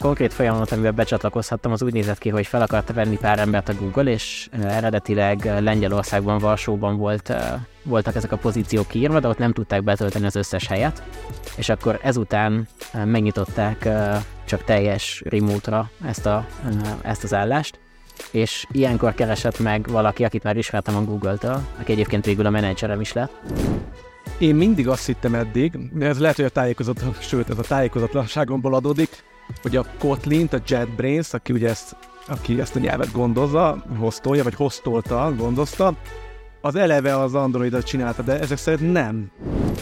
konkrét folyamat, amiben becsatlakozhattam, az úgy nézett ki, hogy fel akarta venni pár embert a Google, és eredetileg Lengyelországban, Varsóban voltak ezek a pozíciók kiírva, de ott nem tudták betölteni az összes helyet, és akkor ezután megnyitották csak teljes remote-ra ezt az állást, és ilyenkor keresett meg valaki, akit már ismertem a Google-től, aki egyébként végül a menedzserem is lett. Én mindig azt hittem eddig, ez lehet, hogy ez a tájékozatlanságomból adódik, hogy a Kotlint, a JetBrains, aki ezt a nyelvet gondozza, hostolja, vagy hostolta, gondozta, az eleve az Androidot csinálta, de ezek szerint nem.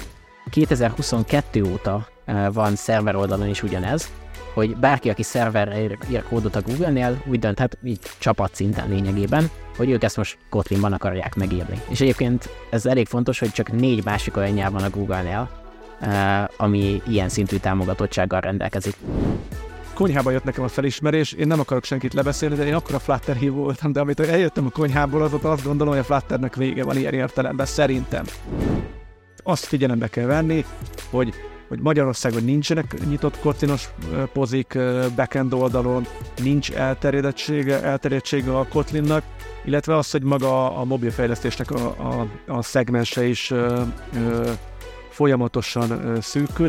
2022 óta van szerver oldalon is ugyanez, hogy bárki, aki szerverre ír kódot a Google-nél, úgy dönthet, így csapatszinten lényegében, hogy ők ezt most Kotlinban akarják megírni. És egyébként ez elég fontos, hogy csak 4 másik olyan nyelv van a Google-nél, ami ilyen szintű támogatottsággal rendelkezik. Konyhába jött nekem a felismerés, én nem akarok senkit lebeszélni, de én akkora Flutter hívó voltam, de amit eljöttem a konyhából, azóta azt gondolom, hogy a Flutternek vége van ilyen értelemben, szerintem. Azt figyelembe kell venni, hogy Magyarországon nincsenek nyitott kotlinos pozik backend oldalon, nincs elterjedtsége a Kotlinnak, illetve az, hogy maga a mobilfejlesztésnek a szegmense is folyamatosan szűkül.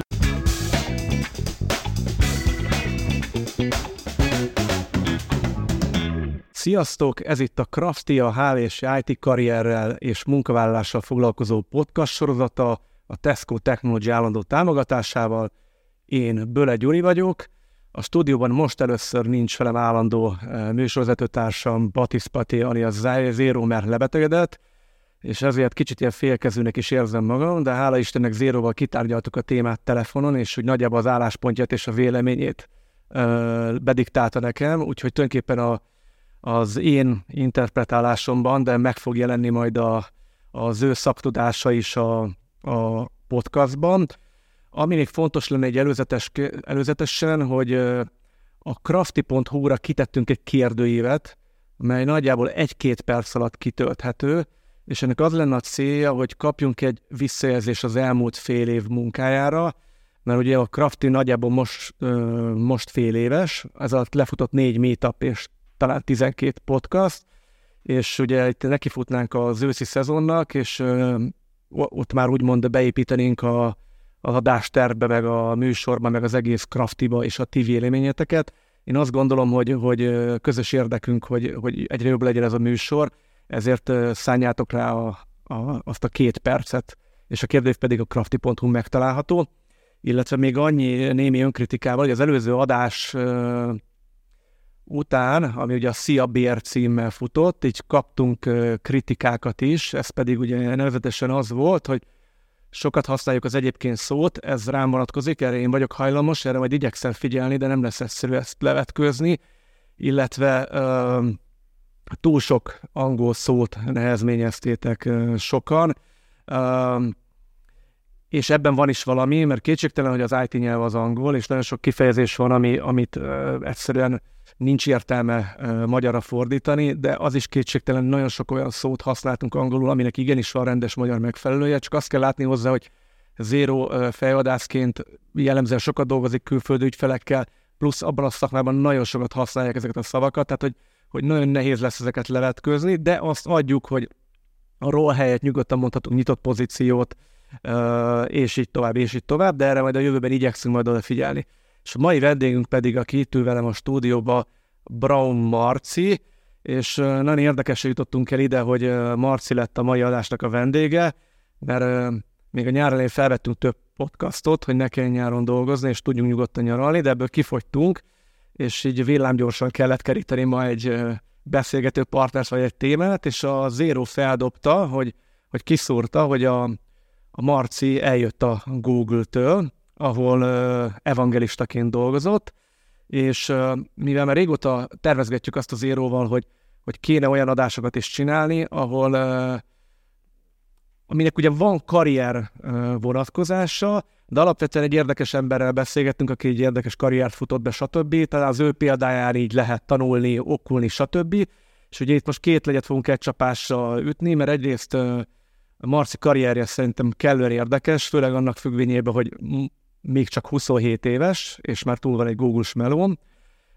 Sziasztok! Ez itt a Crafty, a HVS IT karrierrel és munkavállalással foglalkozó podcast sorozata a Tesco Technology állandó támogatásával. Én Böle Gyuri vagyok. A stúdióban most először nincs velem állandó műsorvezetőtársam Batis Pati, alias Zero, mert lebetegedett, és ezért kicsit ilyen félkezűnek is érzem magam, de hála Istennek Zeroval kitárgyaltuk a témát telefonon, és úgy nagyjából az álláspontját és a véleményét bediktálta nekem, úgyhogy tulajdonképpen az én interpretálásomban, de meg fog jelenni majd az ő szaktudása is a podcastban. Ami még fontos lenne egy előzetesen, hogy a crafty.hu-ra kitettünk egy kérdőívet, mely nagyjából 1-2 perc alatt kitölthető, és ennek az lenne a célja, hogy kapjunk egy visszajelzést az elmúlt fél év munkájára, mert ugye a Crafty nagyjából most fél éves, ez alatt lefutott 4 meetup és talán 12 podcast, és ugye itt nekifutnánk az őszi szezonnak, és ott már úgymond beépítenénk az adástervbe, meg a műsorba, meg az egész Craftyba és a ti véleményeteket. Én azt gondolom, hogy közös érdekünk, hogy egyre jobb legyen ez a műsor, ezért szálljátok rá azt a 2 percet, és a kérdés pedig a crafty.hu megtalálható, illetve még annyi némi önkritikával, hogy az előző adás után, ami ugye a Szia Bér címmel futott, így kaptunk kritikákat is, ez pedig ugye nevezetesen az volt, hogy sokat használjuk az egyébként szót, ez rám vonatkozik, erre én vagyok hajlamos, erre majd igyekszem figyelni, de nem lesz egyszerű ezt levetkőzni, illetve túl sok angol szót nehezményeztétek sokan, és ebben van is valami, mert kétségtelen, hogy az IT nyelv az angol, és nagyon sok kifejezés van, amit egyszerűen nincs értelme magyarra fordítani, de az is kétségtelen, nagyon sok olyan szót használtunk angolul, aminek igenis van rendes magyar megfelelője, csak azt kell látni hozzá, hogy Zero fejvadászként jellemzően sokat dolgozik külföldi ügyfelekkel, plusz abban a szakmában nagyon sokat használják ezeket a szavakat, tehát hogy nagyon nehéz lesz ezeket levetkőzni, de azt adjuk, hogy a role helyett nyugodtan mondhatunk nyitott pozíciót, és így tovább, de erre majd a jövőben igyekszünk majd odafigyelni. És a mai vendégünk pedig, aki itt ül velem a stúdióba, Braun Marci, és nagyon érdekesen jutottunk el ide, hogy Marci lett a mai adásnak a vendége, mert még a nyár elején felvettünk több podcastot, hogy ne kelljen nyáron dolgozni, és tudjunk nyugodtan nyaralni, de ebből kifogytunk, és így villámgyorsan kellett keríteni ma egy beszélgető partnert vagy egy témát, és a Zero feldobta, hogy kiszúrta, hogy a Marci eljött a Google-től, ahol evangelistaként dolgozott, és mivel már régóta tervezgetjük azt az Zeroval, hogy kéne olyan adásokat is csinálni, aminek ugye van karrier vonatkozása, de alapvetően egy érdekes emberrel beszélgettünk, aki egy érdekes karriert futott be, stb. Tehát az ő példáján így lehet tanulni, okulni, stb. És ugye itt most 2 legyet fogunk egy csapásra ütni, mert egyrészt Marci karrierje szerintem kellően érdekes, főleg annak függvényében, hogy még csak 27 éves, és már túl van egy Google-s melón.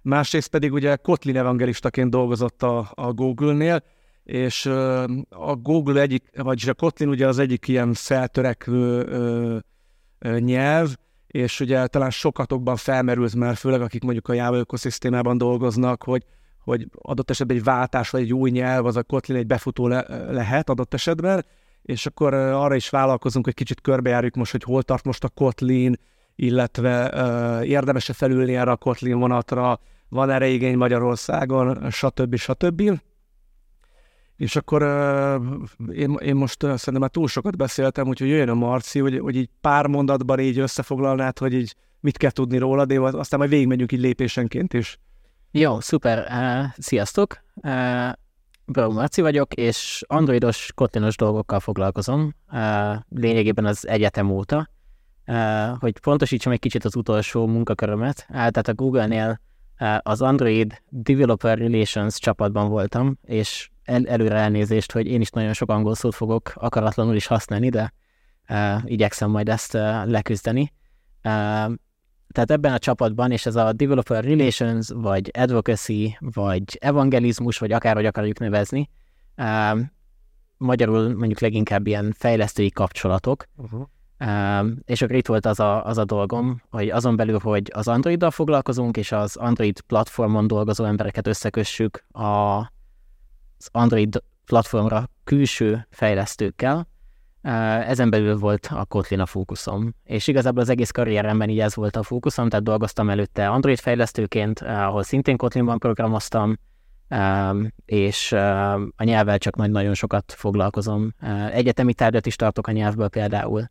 másrészt pedig ugye Kotlin evangelistaként dolgozott a Google-nél, és a Google egyik, vagyis a Kotlin ugye az egyik ilyen feltörekvő nyelv, és ugye talán sokatokban felmerült már, főleg akik mondjuk a Java ökoszisztémában dolgoznak, hogy adott esetben egy váltás vagy egy új nyelv, az a Kotlin egy befutó lehet adott esetben, és akkor arra is vállalkozunk, hogy kicsit körbejárjuk most, hogy hol tart most a Kotlin, illetve érdemes-e felülni erre a Kotlin vonatra, van erre igény Magyarországon, stb. És akkor én most szerintem már túl sokat beszéltem, úgyhogy jöjjön a Marci, hogy így pár mondatban így összefoglalnád, hogy így mit kell tudni róla, de aztán majd végigmegyünk így lépésenként is. Jó, szuper. Sziasztok! Braun Marci vagyok, és androidos, kotlinos dolgokkal foglalkozom, lényegében az egyetem óta. Hogy pontosítsam egy kicsit az utolsó munkakörömet, tehát a Google-nél az Android Developer Relations csapatban voltam, és előre elnézést, hogy én is nagyon sok angol szót fogok akaratlanul is használni, de igyekszem majd ezt leküzdeni. Tehát ebben a csapatban, és ez a Developer Relations, vagy Advocacy, vagy Evangelizmus, vagy akárhogy akarjuk nevezni, magyarul mondjuk leginkább ilyen fejlesztői kapcsolatok, és akkor itt volt az a dolgom, hogy azon belül, hogy az Androiddal foglalkozunk, és az Android platformon dolgozó embereket összekössük az Android platformra külső fejlesztőkkel, ezen belül volt a Kotlin a fókuszom. És igazából az egész karrieremben így ez volt a fókuszom, tehát dolgoztam előtte Android fejlesztőként, ahol szintén Kotlinban programoztam, és a nyelvvel csak nagyon sokat foglalkozom. Egyetemi tárgyat is tartok a nyelvből például.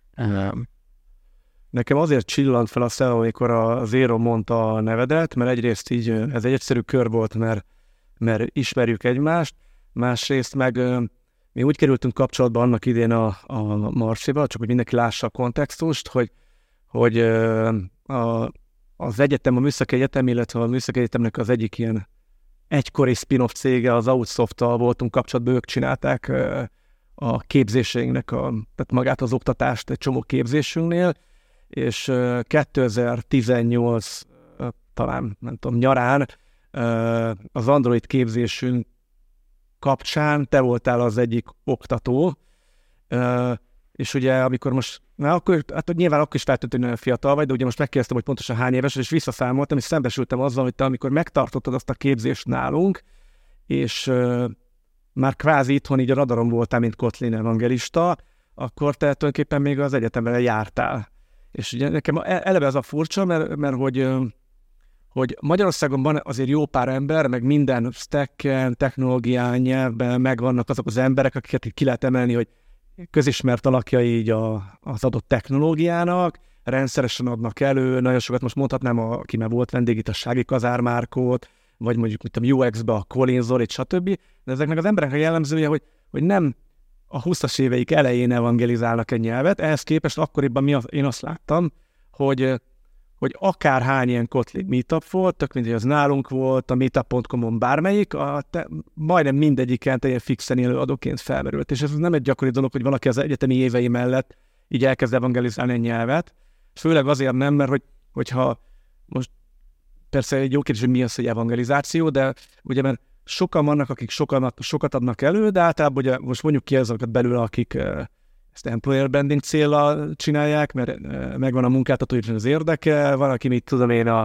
Nekem azért csillant fel a szemem, amikor a Zero mondta a nevedet, mert egyrészt így ez egy egyszerű kör volt, mert ismerjük egymást, másrészt meg mi úgy kerültünk kapcsolatba annak idén a Marcival, csak hogy mindenki lássa a kontextust, hogy az egyetem, a Műszaki Egyetem, illetve a Műszaki Egyetemnek az egyik ilyen egykori spin-off cége, az Outsoft-tal voltunk kapcsolatban, ők csinálták a képzéseinknek, tehát magát az oktatást egy csomó képzésünknél, és 2018 talán, nem tudom, nyarán az Android képzésünk kapcsán te voltál az egyik oktató, és ugye amikor most, hát nyilván akkor is feltűnt, hogy nagyon fiatal vagy, de ugye most megkérdeztem, hogy pontosan hány éves, és visszaszámoltam, és szembesültem azzal, hogy te amikor megtartottad azt a képzést nálunk, és már kvázi itthon így a radaron voltál, mint Kotlin evangelista, akkor te tulajdonképpen még az egyetemre jártál. És ugye nekem eleve ez a furcsa, mert hogy Magyarországon van azért jó pár ember, meg minden stacken, technológián, nyelvben megvannak azok az emberek, akiket ki lehet emelni, hogy közismert alakjai így az adott technológiának, rendszeresen adnak elő, nagyon sokat most mondhatnám, aki már volt vendég itt a Sági Kazár Márkót, vagy mondjuk mit tudom, UX-be a Colin Zolit, stb. De ezeknek az embereknek a jellemzője, hogy nem a 20-as éveik elején evangelizálnak egy nyelvet, ehhez képest akkoriban én azt láttam, hogy akárhány ilyen Kotlin meetup volt, tök mindegy, az nálunk volt, a meetup.com-on bármelyik, majdnem mindegyiken ilyen fixen előadóként felmerült. És ez nem egy gyakori dolog, hogy valaki az egyetemi évei mellett így elkezd evangelizálni egy nyelvet. Főleg azért nem, mert hogyha most persze egy jó kérdés, hogy mi az, hogy evangelizáció, de ugye mert sokan vannak, akik sokat adnak elő, de általában ugye most mondjuk ki azokat belőle, akik ezt employer branding céllal csinálják, mert megvan a munkáltató, hogy az érdeke, van, aki mit tudom én,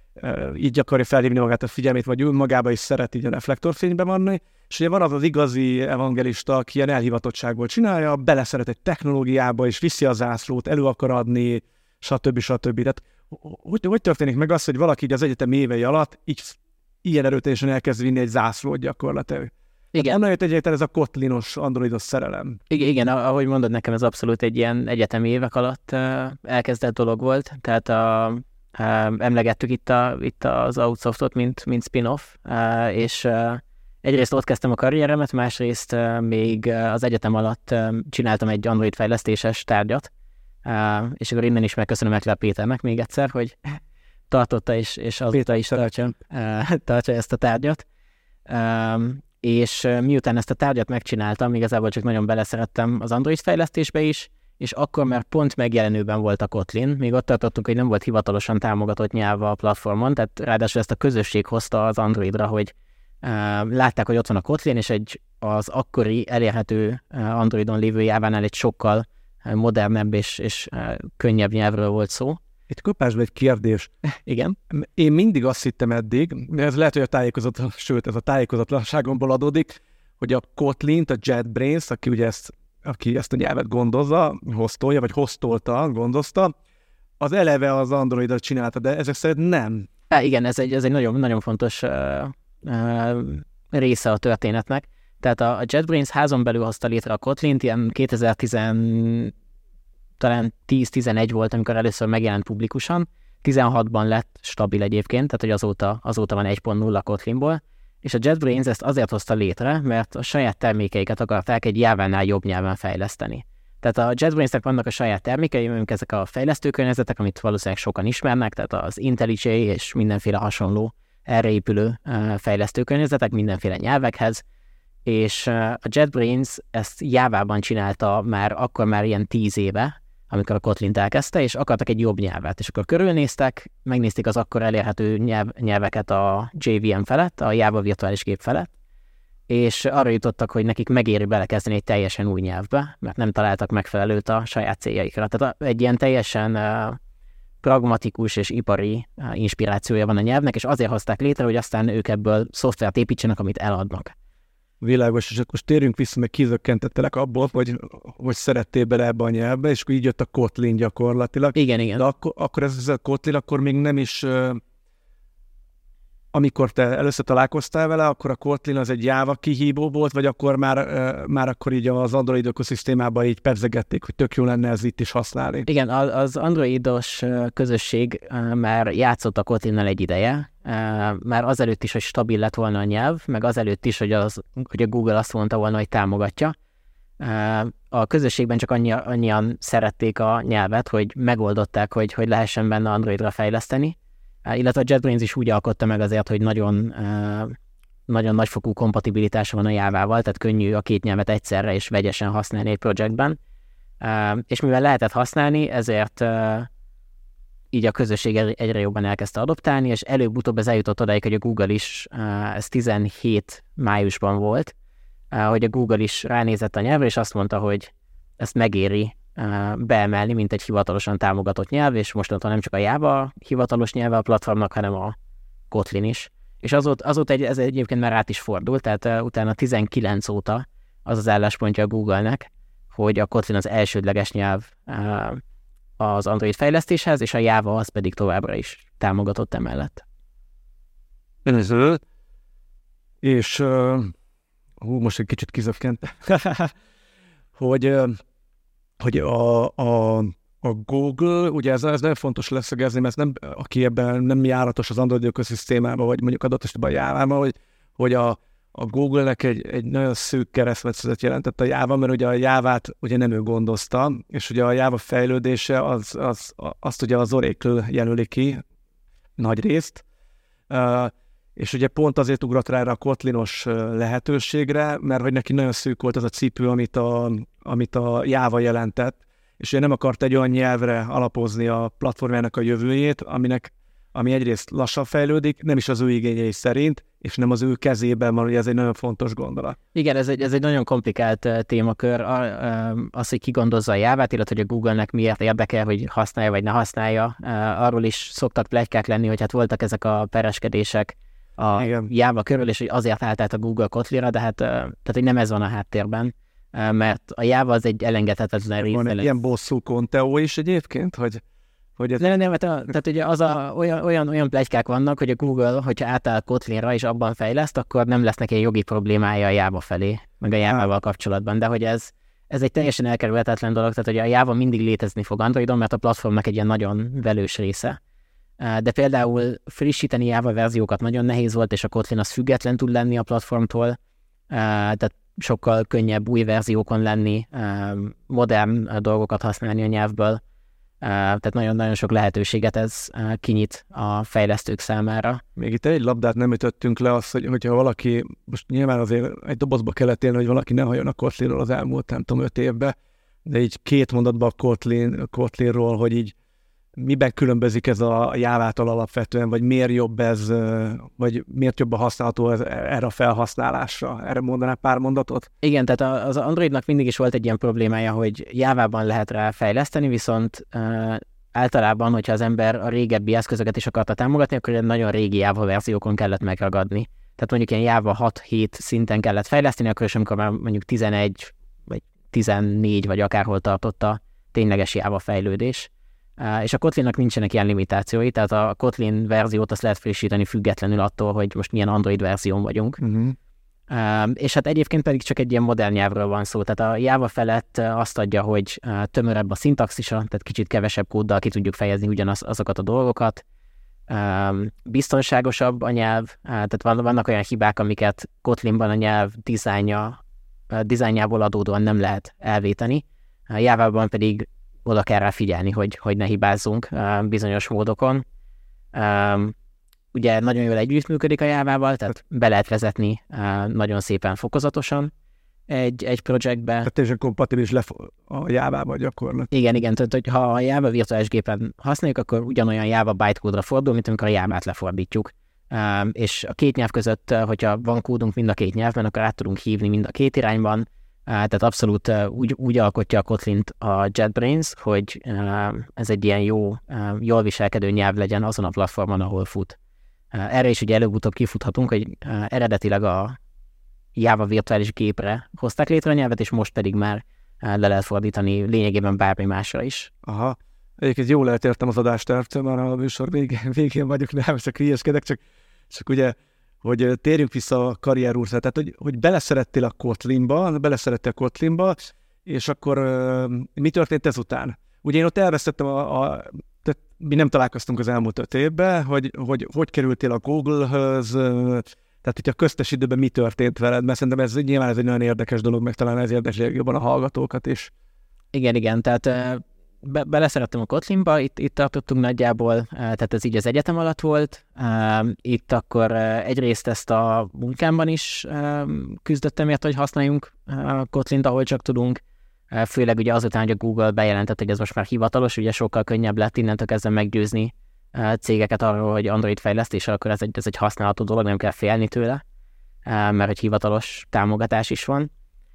így akarja felhívni magát a figyelmét, vagy önmagában is szeret így a reflektorfényben vanni, és ugye van az igazi evangelista, aki ilyen elhivatottságból csinálja, beleszeret egy technológiába, és viszi a zászlót, elő akar adni, stb. Tehát hogy történik meg az, hogy valaki így az egyetem évei alatt így ilyen erőteljesen elkezd vinni egy zászlót gyakorlatilag? Igen. Onnan jött egyébként ez a kotlinos, androidos szerelem. Igen, ahogy mondod, nekem ez abszolút egy ilyen egyetemi évek alatt elkezdett dolog volt, tehát emlegettük itt az Outsoftot, mint spin-off, és egyrészt ott kezdtem a karrieremet, másrészt még az egyetem alatt csináltam egy Android fejlesztéses tárgyat, és akkor innen is megköszönöm Ekler Péternek még egyszer, hogy tartotta, és azóta is tartja ezt a tárgyat. És miután ezt a tárgyat megcsináltam, igazából csak nagyon beleszerettem az Android fejlesztésbe is, és akkor már pont megjelenőben volt a Kotlin, még ott tartottunk, hogy nem volt hivatalosan támogatott nyelv a platformon, tehát ráadásul ezt a közösség hozta az Androidra, hogy látták, hogy ott van a Kotlin, és az akkori elérhető Androidon lévő Jávánál egy sokkal modernebb és könnyebb nyelvről volt szó. Itt kapásban egy kérdés. Igen. Én mindig azt hittem eddig, de ez lehet, hogy ez a tájékozatlanságomból adódik, hogy a Kotlint, a JetBrains, aki ezt a nyelvet hoztolja, vagy hoztolta, gondozta, az eleve az Androidra csinálta, de ezek szerint nem. Igen, ez egy nagyon, nagyon fontos része a történetnek. Tehát a JetBrains házon belül hozta létre a Kotlint, ilyen 10-11 volt, amikor először megjelent publikusan, 16-ban lett stabil egyébként, tehát hogy azóta van 1.0 a Kotlinból, és a JetBrains ezt azért hozta létre, mert a saját termékeiket akarták egy Jávánál jobb nyelven fejleszteni. Tehát a JetBrains-nek vannak a saját termékei, mint ezek a fejlesztőkörnyezetek, amit valószínűleg sokan ismernek, tehát az IntelliJ és mindenféle hasonló erre épülő fejlesztőkörnyezetek mindenféle nyelvekhez, és a JetBrains ezt Jávában csinálta akkor már ilyen 10 éve, amikor a Kotlint elkezdte, és akartak egy jobb nyelvet. És akkor körülnéztek, megnézték az akkor elérhető nyelveket a JVM felett, a Java virtuális gép felett, és arra jutottak, hogy nekik megéri belekezdeni egy teljesen új nyelvbe, mert nem találtak megfelelőt a saját céljaikra. Tehát egy ilyen teljesen pragmatikus és ipari inspirációja van a nyelvnek, és azért hozták létre, hogy aztán ők ebből szoftvert építsenek, amit eladnak. Világos, és akkor most térjünk vissza, meg kizökkentettelek abból, hogy szerettél bele ebbe a nyelvbe, és akkor így jött a Kotlin gyakorlatilag. Igen. De akkor ez a Kotlin, akkor még nem is, amikor te először találkoztál vele, akkor a Kotlin az egy Java kihívó volt, vagy akkor már akkor így az Android ökoszisztémában így pedzegették, hogy tök jó lenne ez itt is használni. Igen, az androidos közösség már játszott a Kotlinnal egy ideje, már azelőtt is, hogy stabil lett volna a nyelv, meg azelőtt is, hogy a Google azt mondta volna, hogy támogatja. A közösségben csak annyian szerették a nyelvet, hogy megoldották, hogy lehessen benne Androidra fejleszteni, illetve a JetBrains is úgy alkotta meg azért, hogy nagyon nagyfokú kompatibilitása van a Jávával, tehát könnyű a két nyelvet egyszerre és vegyesen használni egy projektben. És mivel lehetett használni, ezért így a közösség egyre jobban elkezdte adoptálni, és előbb-utóbb ez eljutott odáig, hogy a Google is, ez 17 májusban volt, hogy a Google is ránézett a nyelvre, és azt mondta, hogy ezt megéri beemelni, mint egy hivatalosan támogatott nyelv, és mostantól nem csak a Java hivatalos nyelve a platformnak, hanem a Kotlin is. És azóta ez egyébként már át is fordult, tehát utána 19 óta az álláspontja a Google-nek, hogy a Kotlin az elsődleges nyelv az Android fejlesztéshez, és a Java az pedig továbbra is támogatott emellett. És most egy kicsit kizökkent, hogy a Google, ugye ez nagyon fontos leszögezni, mert nem, aki ebben nem járatos az Android ökoszisztémában, vagy mondjuk adott esetben a Jávában, hogy a Google-nek egy nagyon szűk keresztmetszetet jelentett a Java, mert ugye a Jávát ugye nem ő gondozta, és ugye a Java fejlődése azt ugye az Oracle jelöli ki nagy részt, és ugye pont azért ugrott rá a Kotlinos lehetőségre, mert hogy neki nagyon szűk volt az a cipő, amit a Java jelentett, és ugye nem akart egy olyan nyelvre alapozni a platformjának a jövőjét, ami egyrészt lassan fejlődik, nem is az ő igényei szerint, és nem az ő kezében van, ugye ez egy nagyon fontos gondolat. Igen, ez egy nagyon komplikált témakör, az, hogy ki gondozza a Jávát, illetve hogy a Google-nek miért érdekel, hogy használja vagy ne használja. Arról is szoktak pletykák lenni, hogy hát voltak ezek a pereskedések a Java körül, és hogy azért állt át a Google Kotlinra, de tehát hogy nem ez van a háttérben, mert a Java az egy elengedhetetlen része. Van egy ilyen bosszú Conteo is egyébként, hogy ez... Nem, tehát ugye olyan pletykák vannak, hogy a Google, hogyha átáll Kotlinra és abban fejleszt, akkor nem lesz neki jogi problémája a Java felé, meg a Java-val kapcsolatban, de hogy ez egy teljesen elkerülhetetlen dolog, tehát hogy a Java mindig létezni fog Androidon, mert a platformnak egy ilyen nagyon velős része. De például frissíteni Java verziókat nagyon nehéz volt, és a Kotlin az független tud lenni a platformtól, tehát sokkal könnyebb új verziókon lenni, modern dolgokat használni a nyelvből, tehát nagyon-nagyon sok lehetőséget ez kinyit a fejlesztők számára. Még itt egy labdát nem ütöttünk le azt, hogyha valaki, most nyilván azért egy dobozba kellett élni, hogy valaki ne halljon a Kotlinról az elmúlt, nem tudom, 5 évben, De így két mondatban Kotlinról, hogy így miben különbözik ez a Jávától alapvetően, vagy miért jobb ez, vagy miért jobban használható ez erre a felhasználásra? Erre mondanál pár mondatot? Igen, tehát az Androidnak mindig is volt egy ilyen problémája, hogy Jávában lehet rá fejleszteni, viszont általában, hogyha az ember a régebbi eszközöket is akarta támogatni, akkor egy nagyon régi Java verziókon kellett megragadni. Tehát mondjuk ilyen Java 6-7 szinten kellett fejleszteni, akkor is amikor már mondjuk 11 vagy 14 vagy akárhol tartott a tényleges Java fejlődés. És a Kotlinnak nincsenek ilyen limitációi, tehát a Kotlin verziót azt lehet frissíteni függetlenül attól, hogy most milyen Android verzión vagyunk. És hát egyébként pedig csak egy ilyen modern nyelvről van szó, tehát a Java felett azt adja, hogy tömörebb a szintaxisa, tehát kicsit kevesebb kóddal ki tudjuk fejezni ugyanazokat a dolgokat. Biztonságosabb a nyelv, tehát vannak olyan hibák, amiket Kotlinban a nyelv dizájnjából adódóan nem lehet elvéteni. Jávában pedig oda kell rá figyelni, hogy ne hibázzunk bizonyos módokon. Ugye nagyon jól együttműködik a Jávával, tehát be lehet vezetni nagyon szépen fokozatosan egy projektbe. Tehát teljesen kompatibilis a Jávával gyakorlatilag. Igen, tehát hogyha a Java virtuális gépen használjuk, akkor ugyanolyan Java bytecode-ra fordul, mint amikor a Jávát lefordítjuk. És a két nyelv között, hogyha van kódunk mind a két nyelvben, akkor át tudunk hívni mind a két irányban. Tehát abszolút úgy alkotja a Kotlint a JetBrains, hogy ez egy ilyen jól viselkedő nyelv legyen azon a platformon, ahol fut. Erre is ugye előbb-utóbb kifuthatunk, hogy eredetileg a Java virtuális gépre hozták létre a nyelvet, és most pedig már le lehet fordítani lényegében bármi másra is. Aha. Egyébként jól eltértem az adástervtől, már a műsor végén vagyok, nem csak hülyeskedek, csak ugye, hogy térjünk vissza a karrierútra, tehát hogy beleszerettél a Kotlinba, és akkor mi történt ezután? Ugye én ott elvesztettem tehát mi nem találkoztunk az elmúlt 5 évben, hogy kerültél a Google-höz, tehát hogy a köztes időben mi történt veled, mert szerintem nyilván ez egy nagyon érdekes dolog, meg talán ez érdekes jobban a hallgatókat is. Igen, tehát beleszerettem a Kotlinba, itt tartottunk nagyjából, tehát ez így az egyetem alatt volt. Itt akkor egyrészt ezt a munkámban is küzdöttem ért, hogy használjunk Kotlint, ahol csak tudunk. Főleg ugye azután, hogy a Google bejelentett, hogy ez most már hivatalos, ugye sokkal könnyebb lett innentől kezdve meggyőzni cégeket arról, hogy Android fejlesztéssel, akkor ez egy használható dolog, nem kell félni tőle, mert hogy hivatalos támogatás is van.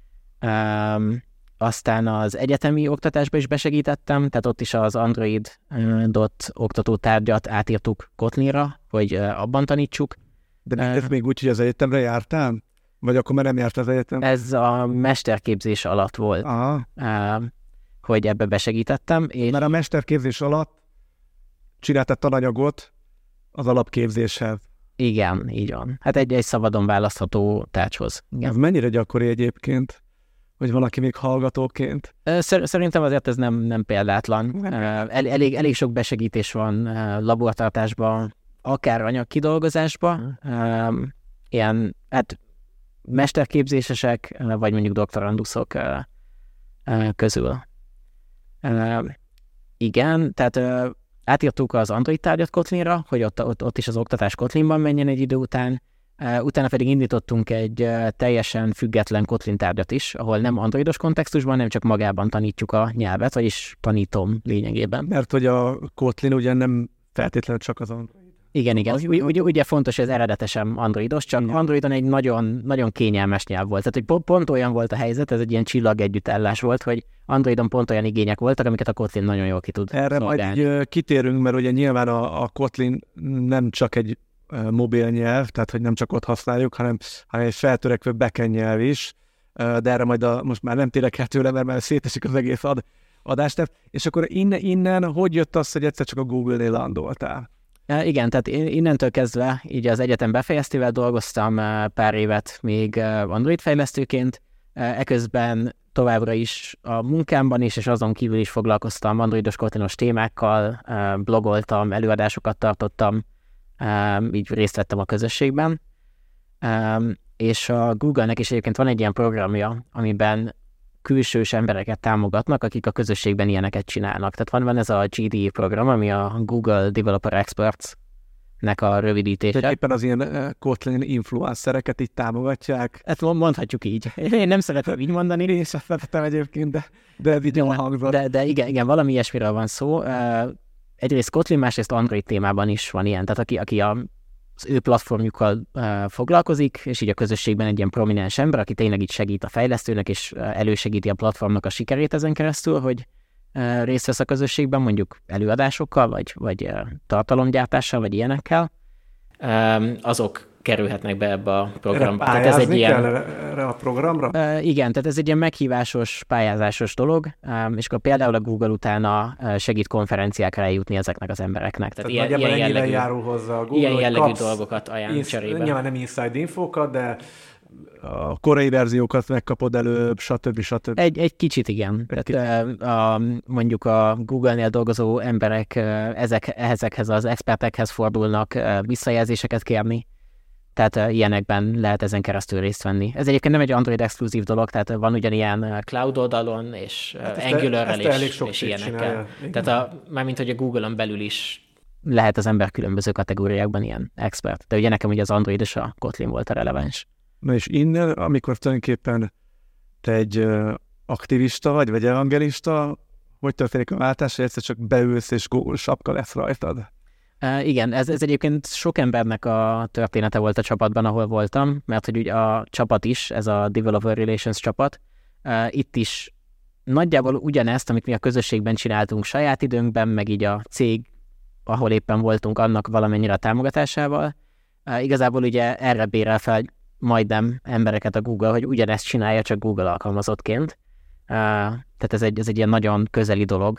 Aztán az egyetemi oktatásba is besegítettem, tehát ott is az Android.dot oktatótárgyat átírtuk Kotlinra, hogy abban tanítsuk. De ez még úgy, hogy az egyetemre jártál? Vagy akkor már nem járt az egyetem? Ez a mesterképzés alatt volt, hogy ebbe besegítettem. És mert a mesterképzés alatt csináltad tananyagot az alapképzéshez. Igen, így van. Hát egy szabadon választható tárgyhoz. Igen. Ez mennyire gyakori egyébként, hogy valaki még hallgatóként? Szerintem azért ez nem példátlan. Elég sok besegítés van labortartásban, akár anyagkidolgozásban. Ilyen, hát mesterképzésesek, vagy mondjuk doktoranduszok közül. Igen, tehát átírtuk az Android tárgyat Kotlinra, hogy ott is az oktatás Kotlinban menjen egy idő után. Utána pedig indítottunk egy teljesen független Kotlin tárgyat is, ahol nem androidos kontextusban, nem csak magában tanítjuk a nyelvet, vagyis tanítom lényegében. Mert hogy a Kotlin ugye nem feltétlenül csak az Android. Igen. Ugye fontos, hogy ez eredetesen androidos, csak Androidon egy nagyon, nagyon kényelmes nyelv volt. Tehát, hogy pont olyan volt a helyzet, ez egy ilyen csillagegyüttállás volt, hogy Androidon pont olyan igények voltak, amiket a Kotlin nagyon jól ki tud erre szolgálni. Majd kitérünk, mert ugye nyilván a Kotlin nem csak egy mobil nyelv, tehát hogy nem csak ott használjuk, hanem egy feltörekvő backend nyelv is, de erre majd most már nem térek el tőle, mert már szétesik az egész adást. És akkor innen hogy jött az, hogy egyszer csak a Google-nél landoltál? Igen, tehát innentől kezdve így az egyetem befejeztével dolgoztam pár évet még Android fejlesztőként, eközben továbbra is a munkámban is, és azon kívül is foglalkoztam androidos kotlinos témákkal, blogoltam, előadásokat tartottam, így részt vettem a közösségben, és a Google-nek is egyébként van egy ilyen programja, amiben külsős embereket támogatnak, akik a közösségben ilyeneket csinálnak. Tehát van ez a GDE program, ami a Google Developer Experts nek a rövidítése. Tehát éppen az ilyen Kotlin influencereket így támogatják. Ezt mondhatjuk így. Én nem szeretem így mondani. Én sem szeretem egyébként, de ez így jól hangzott. De igen, valami ilyesmiről van szó. Egyrészt Kotlin, másrészt Android témában is van ilyen. Tehát aki az ő platformjukkal foglalkozik, és így a közösségben egy ilyen prominens ember, aki tényleg így segít a fejlesztőnek, és elősegíti a platformnak a sikerét ezen keresztül, hogy részt vesz a közösségben, mondjuk előadásokkal, vagy tartalomgyártással, vagy ilyenekkel, azok kerülhetnek be ebbe a programba. Tehát ez egy ilyen... erre a programra? Igen, tehát ez egy ilyen meghívásos, pályázásos dolog, és akkor például a Google utána segít konferenciákra eljutni ezeknek az embereknek. Tehát ilyen jellegű, járul hozzá a Google, ilyen jellegű dolgokat ajánl cserébe. Nyilván nem inside infókat, de a korai verziókat megkapod előbb, stb. Egy kicsit igen. Mondjuk a Google-nél dolgozó emberek ezekhez az expertekhez fordulnak visszajelzéseket kérni, tehát ilyenekben lehet ezen keresztül részt venni. Ez egyébként nem egy Android exkluzív dolog, tehát van ugyanilyen cloud oldalon, és Angularrel és ilyenekkel. Tehát mármint, hogy a Google-on belül is lehet az ember különböző kategóriákban ilyen expert. De ugye nekem ugye az Android és a Kotlin volt a releváns. Na és innen, amikor tulajdonképpen te egy aktivista vagy evangelista, hogy történik a váltás, hogy egyszer csak beülsz és Google sapka lesz rajtad? Igen, ez egyébként sok embernek a története volt a csapatban, ahol voltam, mert hogy ugye a csapat is, ez a Developer Relations csapat, itt is nagyjából ugyanezt, amit mi a közösségben csináltunk saját időnkben, meg így a cég, ahol éppen voltunk, annak valamennyire a támogatásával. Igazából ugye erre bérel fel majdnem embereket a Google, hogy ugyanezt csinálja, csak Google alkalmazottként. Tehát ez egy ilyen nagyon közeli dolog.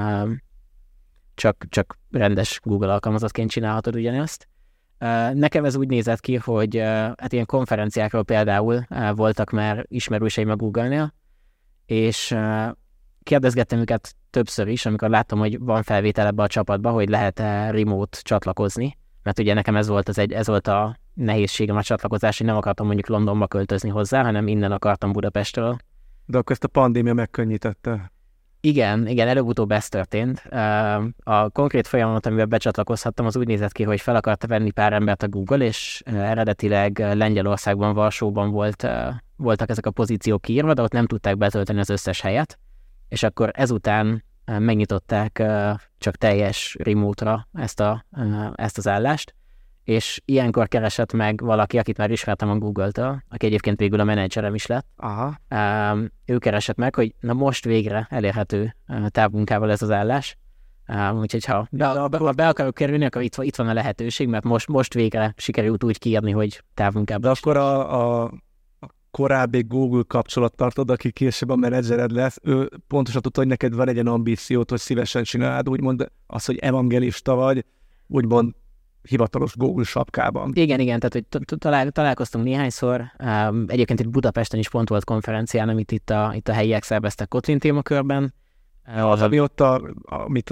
Csak rendes Google alkalmazottként csinálhatod ugyanezt. Nekem ez úgy nézett ki, hogy hát ilyen konferenciákról például voltak már ismerőseim a Google-nél, és kérdezgettem őket többször is, amikor láttam, hogy van felvétel ebbe a csapatba, hogy lehet-e remote csatlakozni, mert ugye nekem ez volt a nehézségem a csatlakozás, hogy nem akartam mondjuk Londonba költözni hozzá, hanem innen akartam Budapestről. De akkor ezt a pandémia megkönnyítette. Igen, előbb-utóbb ez történt. A konkrét folyamat, amivel becsatlakozhattam, az úgy nézett ki, hogy fel akarta venni pár embert a Google, és eredetileg Lengyelországban, Varsóban voltak ezek a pozíciók kiírva, de ott nem tudták betölteni az összes helyet, és akkor ezután megnyitották csak teljes remote-ra ezt az állást, és ilyenkor keresett meg valaki, akit már ismertem a Google-től, aki egyébként végül a menedzserem is lett. Aha. Ő keresett meg, hogy na most végre elérhető távmunkával ez az állás. Úgyhogy ha be akarok kerülni, akkor itt van a lehetőség, mert most végre sikerült úgy kiírni, hogy távmunkában. De akkor a korábbi Google kapcsolattartod, aki később a menedzsered lesz, ő pontosan tudta, hogy neked van egy ilyen ambíciót, hogy szívesen csinálod, úgymond az, hogy evangelista vagy, úgymond hivatalos Google sapkában. Igen, tehát hogy találkoztunk néhányszor. Egyébként itt Budapesten is pont volt konferencián, amit itt a helyiek szerveztek Kotlin témakörben. Ami ott amit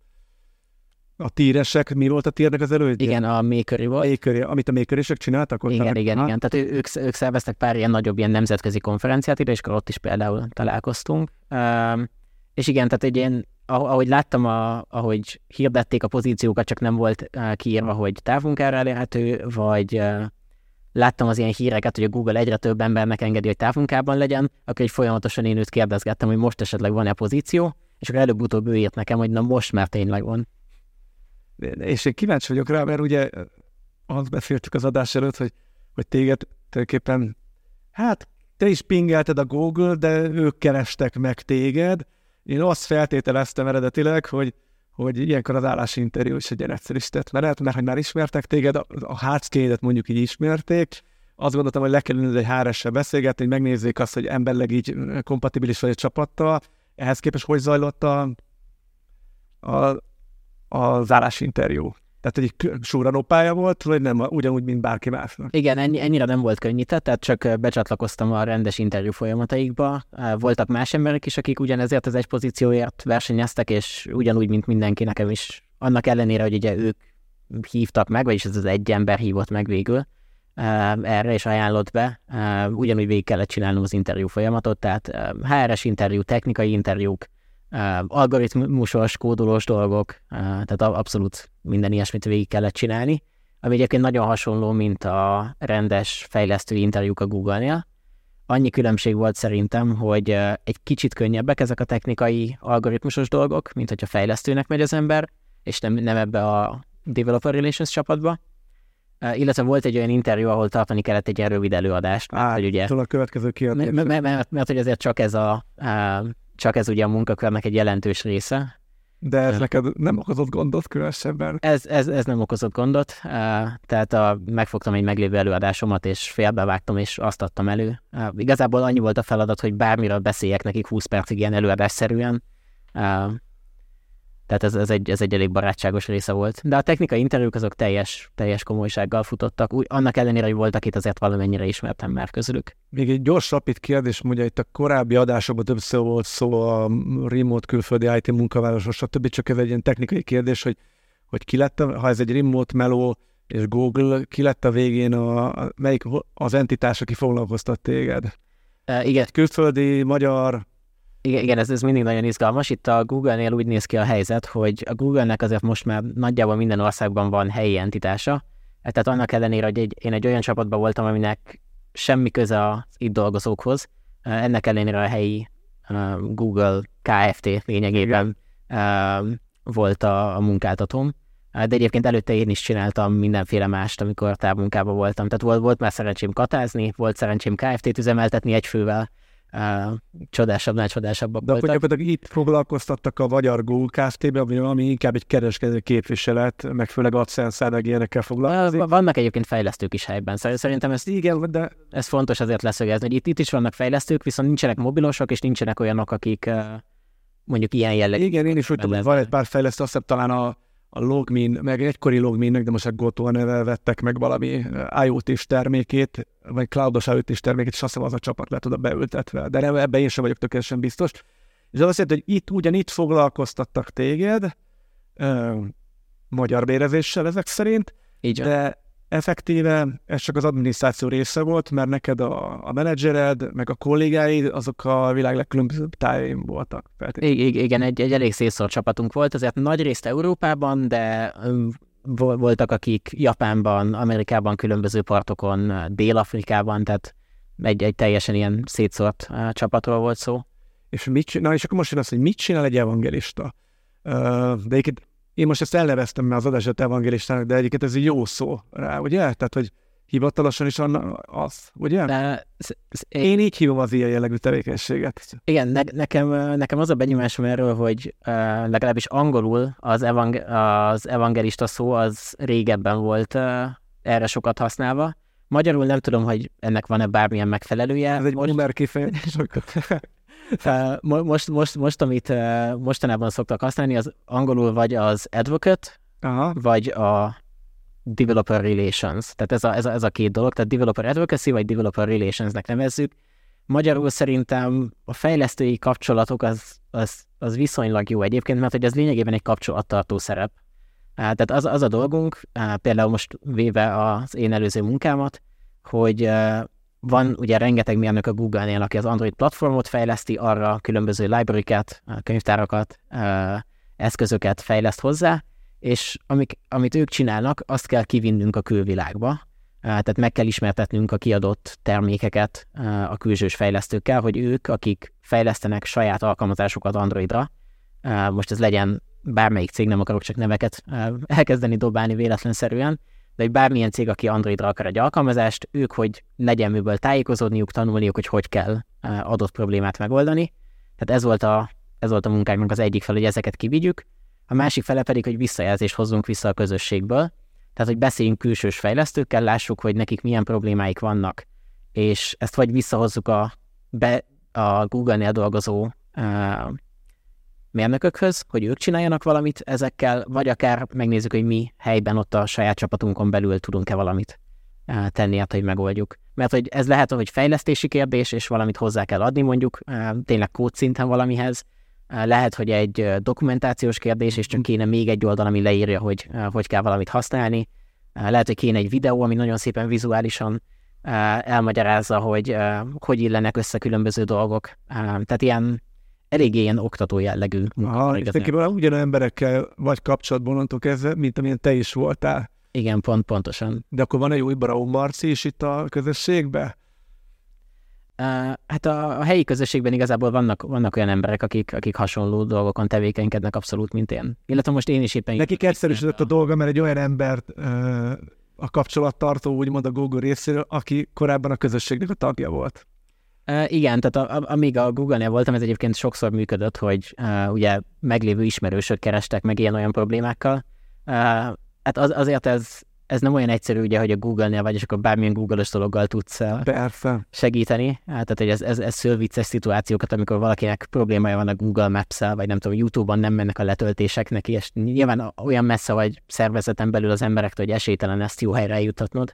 a tíresek, mi volt a tírnek az elődje? Igen, a Makery volt. Amit a Makerisek csináltak? Ott Igen. Tehát ők szerveztek pár ilyen nagyobb ilyen nemzetközi konferenciát ide, és akkor ott is például találkoztunk. És igen, tehát egy ilyen, ahogy láttam, ahogy hirdették a pozíciókat, csak nem volt kiírva, hogy távmunkára elérhető, vagy láttam az ilyen híreket, hogy a Google egyre több embernek engedi, hogy távmunkában legyen, akkor így folyamatosan én őt kérdezgettem, hogy most esetleg van-e pozíció, és akkor előbb-utóbb ő írt nekem, hogy na most már tényleg van. És én kíváncsi vagyok rá, mert ugye azt beszéltük az adás előtt, hogy téged tulajdonképpen, hát te is pingelted a Google, de ők kerestek meg téged. Én azt feltételeztem eredetileg, hogy ilyenkor az állásinterjú is egy ilyen egyszerűsített menet, mert hogy már ismertek téged, a hard mondjuk így ismerték. Azt gondoltam, hogy le kell ülnöd egy HR-essel beszélgetni, hogy megnézzék azt, hogy emberleg így kompatibilis vagy a csapattal. Ehhez képest hogy zajlott az állásinterjú? Tehát egy súranópálya volt, vagy nem ugyanúgy, mint bárki másnak? Igen, ennyire nem volt könnyített, tehát csak becsatlakoztam a rendes interjú folyamataikba. Voltak más emberek is, akik ugyanezért az egy pozícióért versenyeztek, és ugyanúgy, mint mindenki, nekem is. Annak ellenére, hogy ugye ők hívtak meg, vagyis ez az egy ember hívott meg végül erre, és ajánlott be. Ugyanúgy végig kellett csinálnom az interjú folyamatot, tehát HR-es interjú, technikai interjúk, algoritmusos, kódolós dolgok, tehát abszolút minden ilyesmit végig kellett csinálni, ami egyébként nagyon hasonló, mint a rendes fejlesztői interjúk a Google-nél. Annyi különbség volt szerintem, hogy egy kicsit könnyebbek ezek a technikai algoritmusos dolgok, mint hogyha fejlesztőnek megy az ember, és nem ebbe a Developer Relations csapatba. Illetve volt egy olyan interjú, ahol tartani kellett egy rövid előadást. Hogy ugye, a következő kiadás. Mert hogy azért csak ez ugye a munkakörnek egy jelentős része. De ez neked nem okozott gondot különösebben? Ez nem okozott gondot, tehát megfogtam egy meglévő előadásomat, és félbevágtam, és azt adtam elő. Igazából annyi volt a feladat, hogy bármiről beszéljek nekik 20 percig ilyen előadásszerűen. Tehát ez egy elég barátságos része volt. De a technikai interjúk azok teljes komolysággal futottak, annak ellenére, hogy voltak itt azért valamennyire ismertem már közülük. Még egy gyors, rapid kérdés, ugye itt a korábbi adásokban többször volt szó a remote külföldi IT munkavállalásról, stb. Csak ez egy ilyen technikai kérdés, hogy ki lett, ha ez egy remote meló és Google, ki lett a végén melyik az entitás, aki foglalkoztat téged? Igen. Külföldi, magyar... Igen, ez mindig nagyon izgalmas. Itt a Google-nél úgy néz ki a helyzet, hogy a Google-nek azért most már nagyjából minden országban van helyi entitása. Tehát annak ellenére, hogy én egy olyan csapatban voltam, aminek semmi köze az itt dolgozókhoz, ennek ellenére a helyi Google Kft. Lényegében volt a munkáltatóm. De egyébként előtte én is csináltam mindenféle mást, amikor távmunkában voltam. Tehát volt már szerencsém katázni, volt szerencsém Kft-t üzemeltetni egy fővel, csodásabbnál csodásabbak voltak. De akkor itt foglalkoztattak a magyar Google Kft-be, ami inkább egy kereskedő képviselet, meg főleg AdSense-el, meg ilyenekkel foglalkozik. Vannak egyébként fejlesztők is helyben. Szerintem ez fontos azért leszögezni, hogy itt is vannak fejlesztők, viszont nincsenek mobilosok, és nincsenek olyanok, akik mondjuk ilyen jellegű. Igen, én is úgy tudom, hogy van egy pár fejlesztő, azt hiszem talán a Logmin, meg egykori Logminnek, de most a Goto nevel vettek meg valami IoT-s termékét, vagy cloudos IoT-s termékét, és azt hiszem az a csapat lett oda beültetve. De ebben én sem vagyok tökéletesen biztos. És az azt jelenti, hogy ugyanitt foglalkoztattak téged, magyar bérezéssel ezek szerint, így de effektíve ez csak az adminisztráció része volt, mert neked a menedzsered, meg a kollégáid, azok a világ legkülönbözőbb tájaim voltak. Igen, egy elég szétszórt csapatunk volt, azért nagy részt Európában, de voltak akik Japánban, Amerikában, különböző partokon, Dél-Afrikában, tehát egy teljesen ilyen szétszórt csapatról volt szó. És és akkor most jön az, hogy mit csinál egy evangelista? De én most ezt elneveztem, mert az adását evangelistának, de egyébként ez egy jó szó rá, ugye? Tehát, hogy hivatalosan is az, ugye? Én így hívom az ilyen jellegű tevékenységet. Igen, nekem az a benyomásom erről, hogy legalábbis angolul az evangelista szó az régebben volt erre sokat használva. Magyarul nem tudom, hogy ennek van-e bármilyen megfelelője. Ez egy boomer kifejezés. Most, amit mostanában szoktak használni, az angolul vagy az advocate, vagy a developer relations. Tehát ez a két dolog, tehát developer advocacy, vagy developer relationsnek nevezzük. Magyarul szerintem a fejlesztői kapcsolatok az viszonylag jó egyébként, mert hogy ez lényegében egy kapcsolattartó szerep. Tehát az a dolgunk, például most véve az én előző munkámat, hogy van ugye rengeteg mérnök a Google-nél, aki az Android platformot fejleszti, arra különböző library-ket, könyvtárakat, eszközöket fejleszt hozzá, és amit ők csinálnak, azt kell kivinnünk a külvilágba. Tehát meg kell ismertetnünk a kiadott termékeket a külsős fejlesztőkkel, hogy ők, akik fejlesztenek saját alkalmazásokat Androidra, most ez legyen bármelyik cég, nem akarok csak neveket elkezdeni dobálni véletlenszerűen, de hogy bármilyen cég, aki Androidra akar egy alkalmazást, ők, hogy legyen miből tájékozódniuk, tanulniuk, hogy kell adott problémát megoldani. Tehát ez volt a munkánknak az egyik fel, hogy ezeket kivigyük, a másik fele pedig, hogy visszajelzést hozzunk vissza a közösségből, tehát hogy beszéljünk külsős fejlesztőkkel, lássuk, hogy nekik milyen problémáik vannak, és ezt vagy visszahozzuk a Google-nél dolgozó mérnökökhöz, hogy ők csináljanak valamit ezekkel, vagy akár megnézzük, hogy mi helyben ott a saját csapatunkon belül tudunk-e valamit tenni, hogy megoldjuk. Mert hogy ez lehet, hogy fejlesztési kérdés, és valamit hozzá kell adni mondjuk, tényleg kódszinten valamihez. Lehet, hogy egy dokumentációs kérdés, és csak kéne még egy oldal, ami leírja, hogy kell valamit használni. Lehet, hogy kéne egy videó, ami nagyon szépen vizuálisan elmagyarázza, hogy illenek össze különböző dolgok. Tehát eléggé ilyen oktató jellegű. És nekében ugyanolyan emberekkel vagy kapcsolatban onnantól kezdve, mint amilyen te is voltál. Igen, pontosan. De akkor van egy új Braun Marci is itt a közösségben? Hát a helyi közösségben igazából vannak olyan emberek, akik hasonló dolgokon tevékenykednek abszolút, mint én. Illetve most én is éppen... Nekik egyszerűsödött a dolga, mert egy olyan embert a kapcsolattartó, úgymond a Google részéről, aki korábban a közösségnek a tagja volt. Igen, tehát amíg a Google-nél voltam, ez egyébként sokszor működött, hogy ugye meglévő ismerősök kerestek meg ilyen-olyan problémákkal. Hát azért ez nem olyan egyszerű, ugye, hogy a Google-nél vagy, és akkor bármilyen Google-os dologgal tudsz segíteni. Tehát hogy ez szülvicces szituációkat, amikor valakinek problémája van a Google Maps-el, vagy nem tudom, YouTube-on nem mennek a letöltések neki, és nyilván olyan messze vagy szervezeten belül az emberektől, hogy esélytelen ezt jó helyre eljutatnod.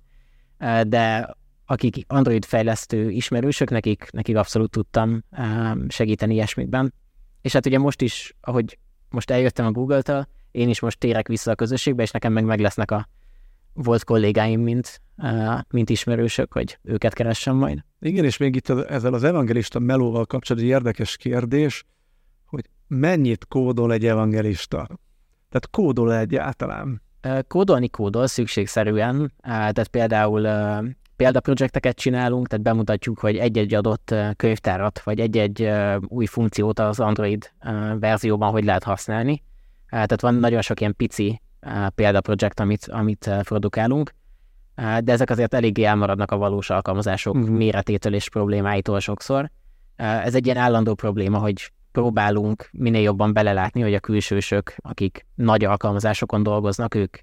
De akik Android fejlesztő ismerősök, nekik abszolút tudtam segíteni ilyesmikben. És hát ugye most is, ahogy most eljöttem a Google-től, én is most térek vissza a közösségbe, és nekem meg lesznek a volt kollégáim, mint ismerősök, hogy őket keressem majd. Igen, és még itt ezzel az evangelista melóval kapcsolatban egy érdekes kérdés, hogy mennyit kódol egy evangelista? Tehát kódol egyáltalán? Kódol szükségszerűen, tehát például példaprojekteket csinálunk, tehát bemutatjuk, hogy egy-egy adott könyvtárat, vagy egy-egy új funkciót az Android verzióban hogy lehet használni. Tehát van nagyon sok ilyen pici példaprojekt, amit produkálunk, de ezek azért eléggé elmaradnak a valós alkalmazások méretétől és problémáitól sokszor. Ez egy ilyen állandó probléma, hogy próbálunk minél jobban belelátni, hogy a külsősök, akik nagy alkalmazásokon dolgoznak, ők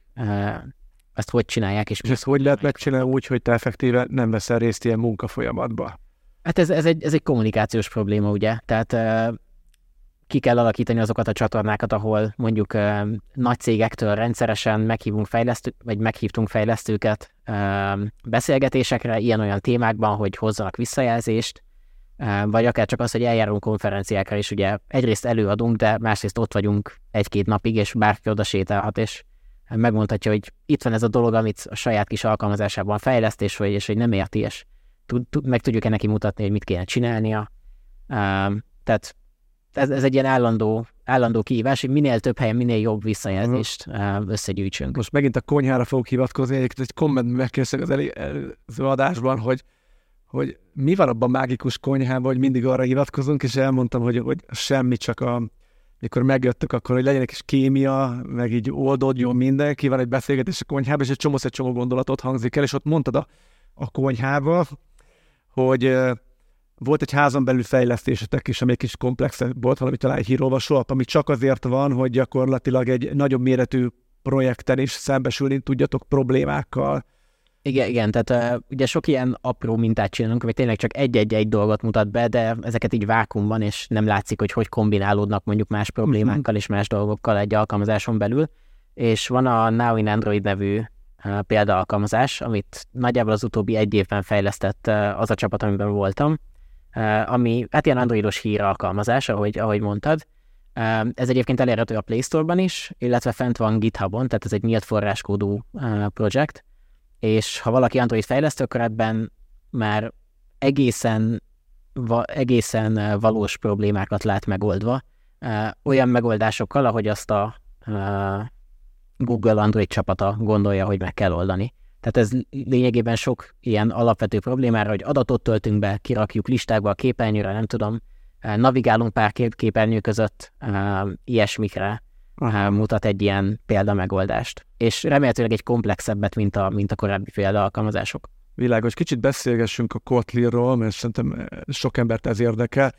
ezt hogy csinálják. És ezt hogy lehet megcsinálni úgy, hogy te effektíve nem veszel részt ilyen munkafolyamatba? Hát ez egy kommunikációs probléma, ugye? Tehát ki kell alakítani azokat a csatornákat, ahol mondjuk nagy cégektől rendszeresen meghívtunk fejlesztőket beszélgetésekre, ilyen-olyan témákban, hogy hozzanak visszajelzést, vagy akár csak az, hogy eljárunk konferenciákra is, ugye egyrészt előadunk, de másrészt ott vagyunk egy-két napig, és bárki oda sétálhat, és megmondhatja, hogy itt van ez a dolog, amit a saját kis alkalmazásában fejleszt, és hogy nem érti, és meg tudjuk-e neki mutatni, hogy mit kéne csinálnia. Tehát ez egy ilyen állandó kihívás, hogy minél több helyen, minél jobb visszajelzést összegyűjtsünk. Most megint a konyhára fogok hivatkozni, egy kommentben megkérdeztek az előző adásban, hogy mi van abban mágikus konyhában, hogy mindig arra hivatkozunk, és elmondtam, hogy semmi, csak mikor megjöttök, akkor hogy legyen egy kis kémia, meg így oldódjon mindenki, van egy beszélgetés a konyhában, és egy csomó gondolatot hangzik el, és ott mondtad a konyhába, hogy volt egy házon belül fejlesztésetek is, ami egy kis komplexebb volt, valami talán egy hírolvasó app, ami csak azért van, hogy gyakorlatilag egy nagyobb méretű projekten is szembesülni tudjatok problémákkal. Igen, tehát ugye sok ilyen apró mintát csinálunk, ami tényleg csak egy dolgot mutat be, de ezeket így vákuumban, és nem látszik, hogy kombinálódnak mondjuk más problémákkal és más dolgokkal egy alkalmazáson belül. És van a Now in Android nevű példaalkalmazás, amit nagyjából az utóbbi egy évben fejlesztett az a csapat, amiben voltam, ami hát ilyen androidos híralkalmazás, ahogy mondtad. Ez egyébként elérhető a Play Store-ban is, illetve fent van GitHubon, tehát ez egy nyílt forráskódú projekt, és ha valaki Android fejlesztő, akkor ebben már egészen valós problémákat lát megoldva, olyan megoldásokkal, ahogy azt a Google Android csapata gondolja, hogy meg kell oldani. Tehát ez lényegében sok ilyen alapvető problémára, hogy adatot töltünk be, kirakjuk listákba a képernyőre, nem tudom, navigálunk pár képernyő között, ilyesmikre mutat egy ilyen példamegoldást. És remélhetőleg egy komplexebbet, mint a korábbi példaalkalmazások. Világos, kicsit beszélgessünk a Kotlinról, mert szerintem sok embert ez érdekel.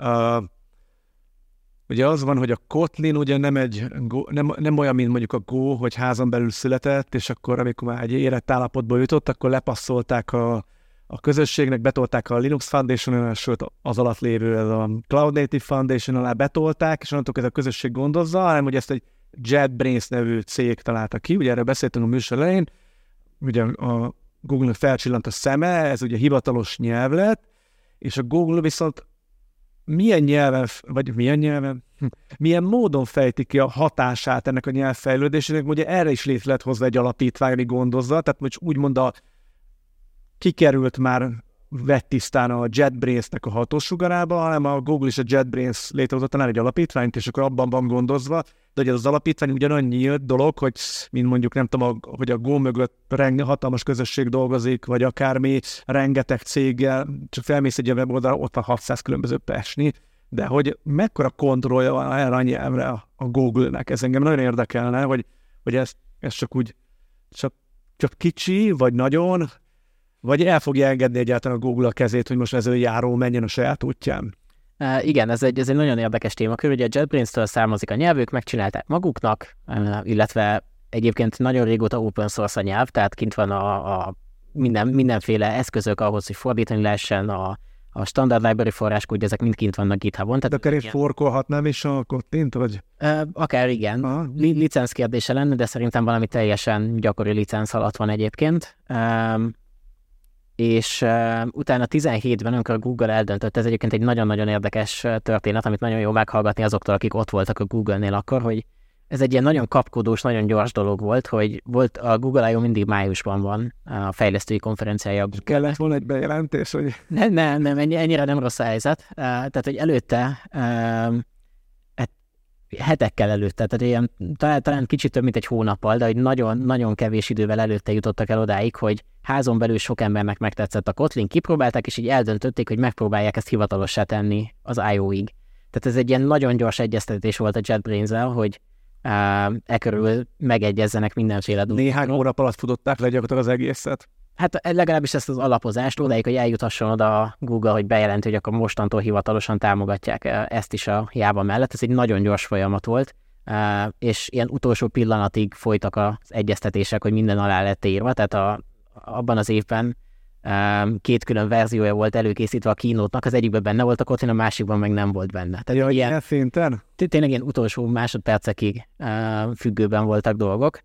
Ugye az van, hogy a Kotlin ugye nem olyan, mint mondjuk a Go, hogy házon belül született, és akkor amikor már egy érett állapotba jutott, akkor lepasszolták a közösségnek, betolták a Linux Foundation-on, sőt az alatt lévő a Cloud Native Foundation alá betolták, és onnantól ez a közösség gondozza, hanem hogy ezt egy JetBrains nevű cég találta ki, ugye erről beszéltünk a műsor elején, ugye a Google-nak felcsillant a szeme, ez ugye hivatalos nyelv lett, és a Google viszont milyen módon fejti ki a hatását ennek a nyelvfejlődésének, ugye erre is létre lett hozzá egy alapítvány, ami gondozza, tehát most úgymond kikerült már vett tisztán a JetBrains-nek a hatósugarába, hanem a Google és a JetBrains létrehozott talán egy alapítványt, és akkor abban van gondozva, de hogy az alapítvány ugyanolyan nyílt dolog, hogy mint mondjuk nem tudom, hogy a Go mögött hatalmas közösség dolgozik, vagy akármi, rengeteg céggel, csak felmész egy weboldalra, ott van 600 különböző pesni, de hogy mekkora kontrollja van erre a nyelvre a Google-nek. Ez engem nagyon érdekelne, hogy ez csak úgy csak kicsi, vagy nagyon, vagy el fogja engedni egyáltalán a Google a kezét, hogy most ez járó menjen a saját útján. Igen, ez egy nagyon érdekes témakör, ugye a JetBrains-től származik a nyelv, ők megcsinálták maguknak, illetve egyébként nagyon régóta open source a nyelv, tehát kint van a mindenféle eszközök ahhoz, hogy fordítani lehessen, a standard library forráskód, ezek mind kint vannak GitHubon. De akár is forkolhatnám is a Kotlint, vagy? Akár igen. Licenc kérdése lenne, de szerintem valami teljesen gyakori licenc alatt van egyébként. És utána 17-ben, amikor a Google eldöntött, ez egyébként egy nagyon-nagyon érdekes történet, amit nagyon jó meghallgatni azoktól, akik ott voltak a Google-nél akkor, hogy ez egy ilyen nagyon kapkodós, nagyon gyors dolog volt, hogy a Google I.O. mindig májusban van a fejlesztői konferenciája. Kellett volna egy bejelentés, hogy... Nem, ennyire nem rossz a helyzet. Tehát, hogy előtte, hetekkel előtte, tehát ilyen, talán kicsit több, mint egy hónappal, de hogy nagyon kevés idővel előtte jutottak el odáig, hogy házon belül sok embernek megtetszett a Kotlin, kipróbálták, és így eldöntötték, hogy megpróbálják ezt hivatalossá tenni az I.O.-ig. Tehát ez egy ilyen nagyon gyors egyeztetés volt a JetBrains-el, hogy körül megegyezzenek mindenféle dolgokról. Néhány hónap alatt futották le gyakorlatilag az egészet. Hát legalábbis ezt az alapozást, odáig, hogy eljutasson oda a Google, hogy bejelenti, hogy akkor mostantól hivatalosan támogatják ezt is a Java mellett. Ez egy nagyon gyors folyamat volt, és ilyen utolsó pillanatig folytak az egyeztetések, hogy minden alá lett írva, tehát abban az évben 2 külön verziója volt előkészítve a keynote-nak, az egyikben benne volt a Kotlin, a másikban meg nem volt benne. Tehát ilyen szinten? Tényleg ilyen utolsó másodpercekig függőben voltak dolgok.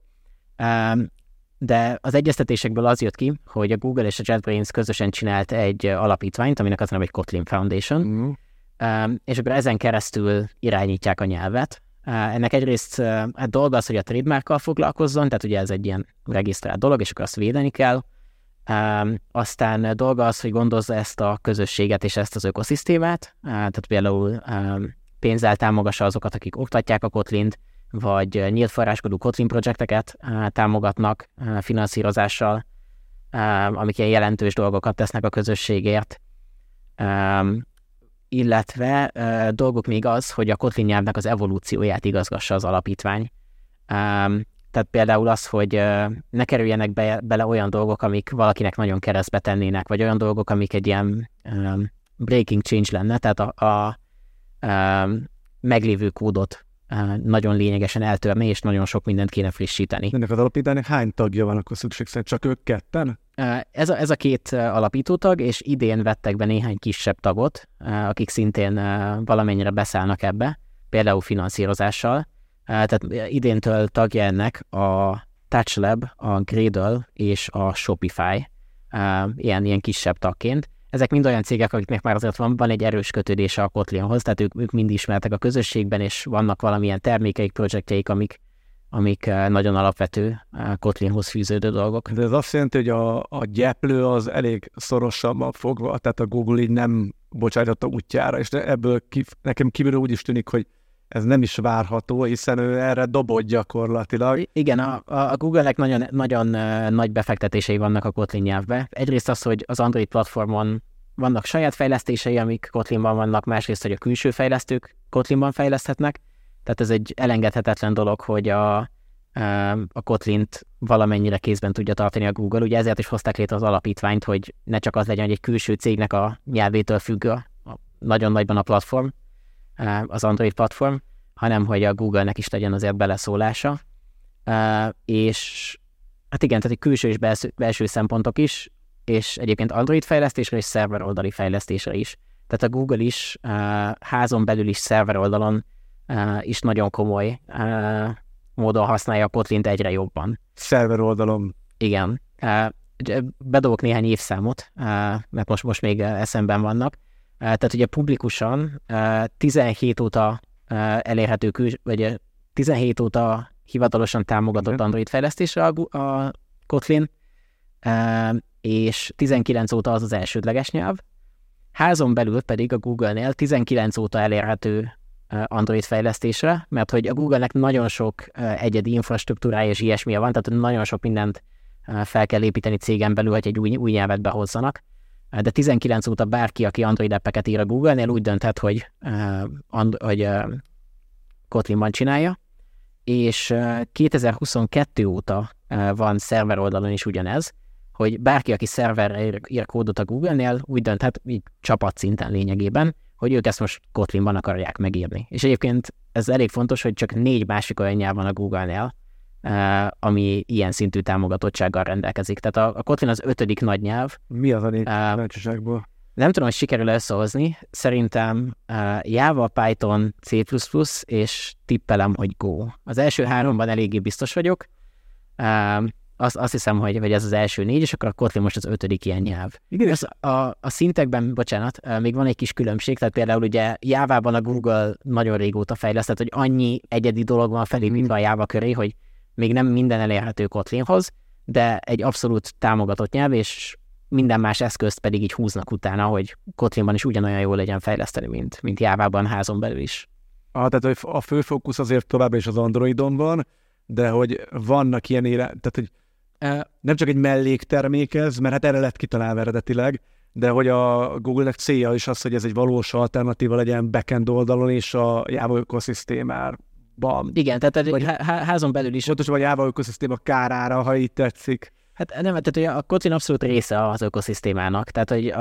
De az egyeztetésekből az jött ki, hogy a Google és a JetBrains közösen csinált egy alapítványt, aminek az neve egy Kotlin Foundation, és akkor ezen keresztül irányítják a nyelvet. Ennek egyrészt dolga az, hogy a trademarkkal foglalkozzon, tehát ugye ez egy ilyen regisztrált dolog, és akkor azt védeni kell. Aztán dolga az, hogy gondozza ezt a közösséget és ezt az ökoszisztémát, tehát például pénzzel támogassa azokat, akik oktatják a Kotlint, vagy nyílt forráskodú Kotlin projekteket támogatnak finanszírozással, amik ilyen jelentős dolgokat tesznek a közösségért. Illetve dolguk még az, hogy a Kotlin nyelvnek az evolúcióját igazgassa az alapítvány. Tehát például az, hogy ne kerüljenek bele olyan dolgok, amik valakinek nagyon keresztbe tennének, vagy olyan dolgok, amik egy ilyen breaking change lenne, tehát a meglévő kódot nagyon lényegesen eltörni, és nagyon sok mindent kéne frissíteni. Ennek az alapítványnak hány tagja van akkor szükség szerint? Csak ők ketten? Ez a 2 alapítótag, és idén vettek be néhány kisebb tagot, akik szintén valamennyire beszállnak ebbe, például finanszírozással. Tehát idéntől tagja ennek a TouchLab, a Gradle és a Shopify, ilyen kisebb tagként. Ezek mind olyan cégek, akiknek már azért van egy erős kötődése a Kotlinhoz, tehát ők mind ismertek a közösségben, és vannak valamilyen termékeik, projektjeik, amik nagyon alapvető Kotlinhoz fűződő dolgok. De ez azt jelenti, hogy a gyeplő az elég szorosabban fogva, tehát a Google így nem bocsájtotta útjára, és ebből nekem kívülről úgy is tűnik, hogy ez nem is várható, hiszen ő erre dobott gyakorlatilag. Igen, a Google-nek nagyon nagy befektetései vannak a Kotlin nyelvbe. Egyrészt az, hogy az Android platformon vannak saját fejlesztései, amik Kotlinban vannak, másrészt, hogy a külső fejlesztők Kotlinban fejleszthetnek. Tehát ez egy elengedhetetlen dolog, hogy a Kotlint valamennyire kézben tudja tartani a Google. Ugye ezért is hozták létre az alapítványt, hogy ne csak az legyen, hogy egy külső cégnek a nyelvétől függ nagyon nagyban a platform, az Android platform, hanem hogy a Google-nek is legyen azért beleszólása. És hát igen, tehát egy külső és belső szempontok is, és egyébként Android fejlesztésre és szerver oldali fejlesztésre is. Tehát a Google is házon belül is szerver oldalon is nagyon komoly módon használja a Kotlint egyre jobban. Szerver oldalon. Igen. Bedobok néhány évszámot, mert most még eszemben vannak. Tehát ugye publikusan 17 óta elérhető vagy 17 óta hivatalosan támogatott Android fejlesztésre a Kotlin, és 19 óta az az elsődleges nyelv. Házon belül pedig a Google-nél 19 óta elérhető Android fejlesztésre, mert hogy a Google-nek nagyon sok egyedi infrastruktúrája és ilyesmije van, tehát nagyon sok mindent fel kell építeni cégen belül, hogy egy új nyelvet behozzanak. De 19 óta bárki, aki Android appeket ír a Google-nél, úgy dönthet, hogy Kotlinban csinálja, és 2022 óta van szerver oldalon is ugyanez, hogy bárki, aki szerverre ír kódot a Google-nél, úgy dönthet, így csapatszinten lényegében, hogy ők ezt most Kotlinban akarják megírni. És egyébként ez elég fontos, hogy csak 4 másik olyan nyelv van a Google-nél, ami ilyen szintű támogatottsággal rendelkezik. Tehát a Kotlin az 5. nagy nyelv. Mi az a 4 bölcsességből? Nem tudom, hogy sikerül összehozni. Szerintem Java, Python, C++, és tippelem, hogy Go. Az első 3-ban eléggé biztos vagyok. Azt hiszem, hogy ez az első 4, és akkor a Kotlin most az 5. ilyen nyelv. Igen, a szintekben, bocsánat, még van egy kis különbség, tehát például ugye Java-ban a Google nagyon régóta fejlesztett, hogy annyi egyedi dolog van felépítve a Java köré, hogy még nem minden elérhető Kotlinhoz, de egy abszolút támogatott nyelv, és minden más eszközt pedig így húznak utána, hogy Kotlinban is ugyanolyan jól legyen fejleszteni, mint Java-ban házon belül is. Tehát hogy a fő fókusz azért továbbra is az Androidon van, de hogy vannak ilyen tehát hogy nem csak egy melléktermék ez, mert hát erre lett kitalálva eredetileg, de hogy a Google-nek célja is az, hogy ez egy valós alternatíva legyen backend oldalon és a Java ökoszisztémában. Igen, tehát házon belül is. Pontosan a Java ökoszisztéma kárára, ha így tetszik. Hát nem, tehát hogy a Kotlin abszolút része az ökoszisztémának, tehát hogy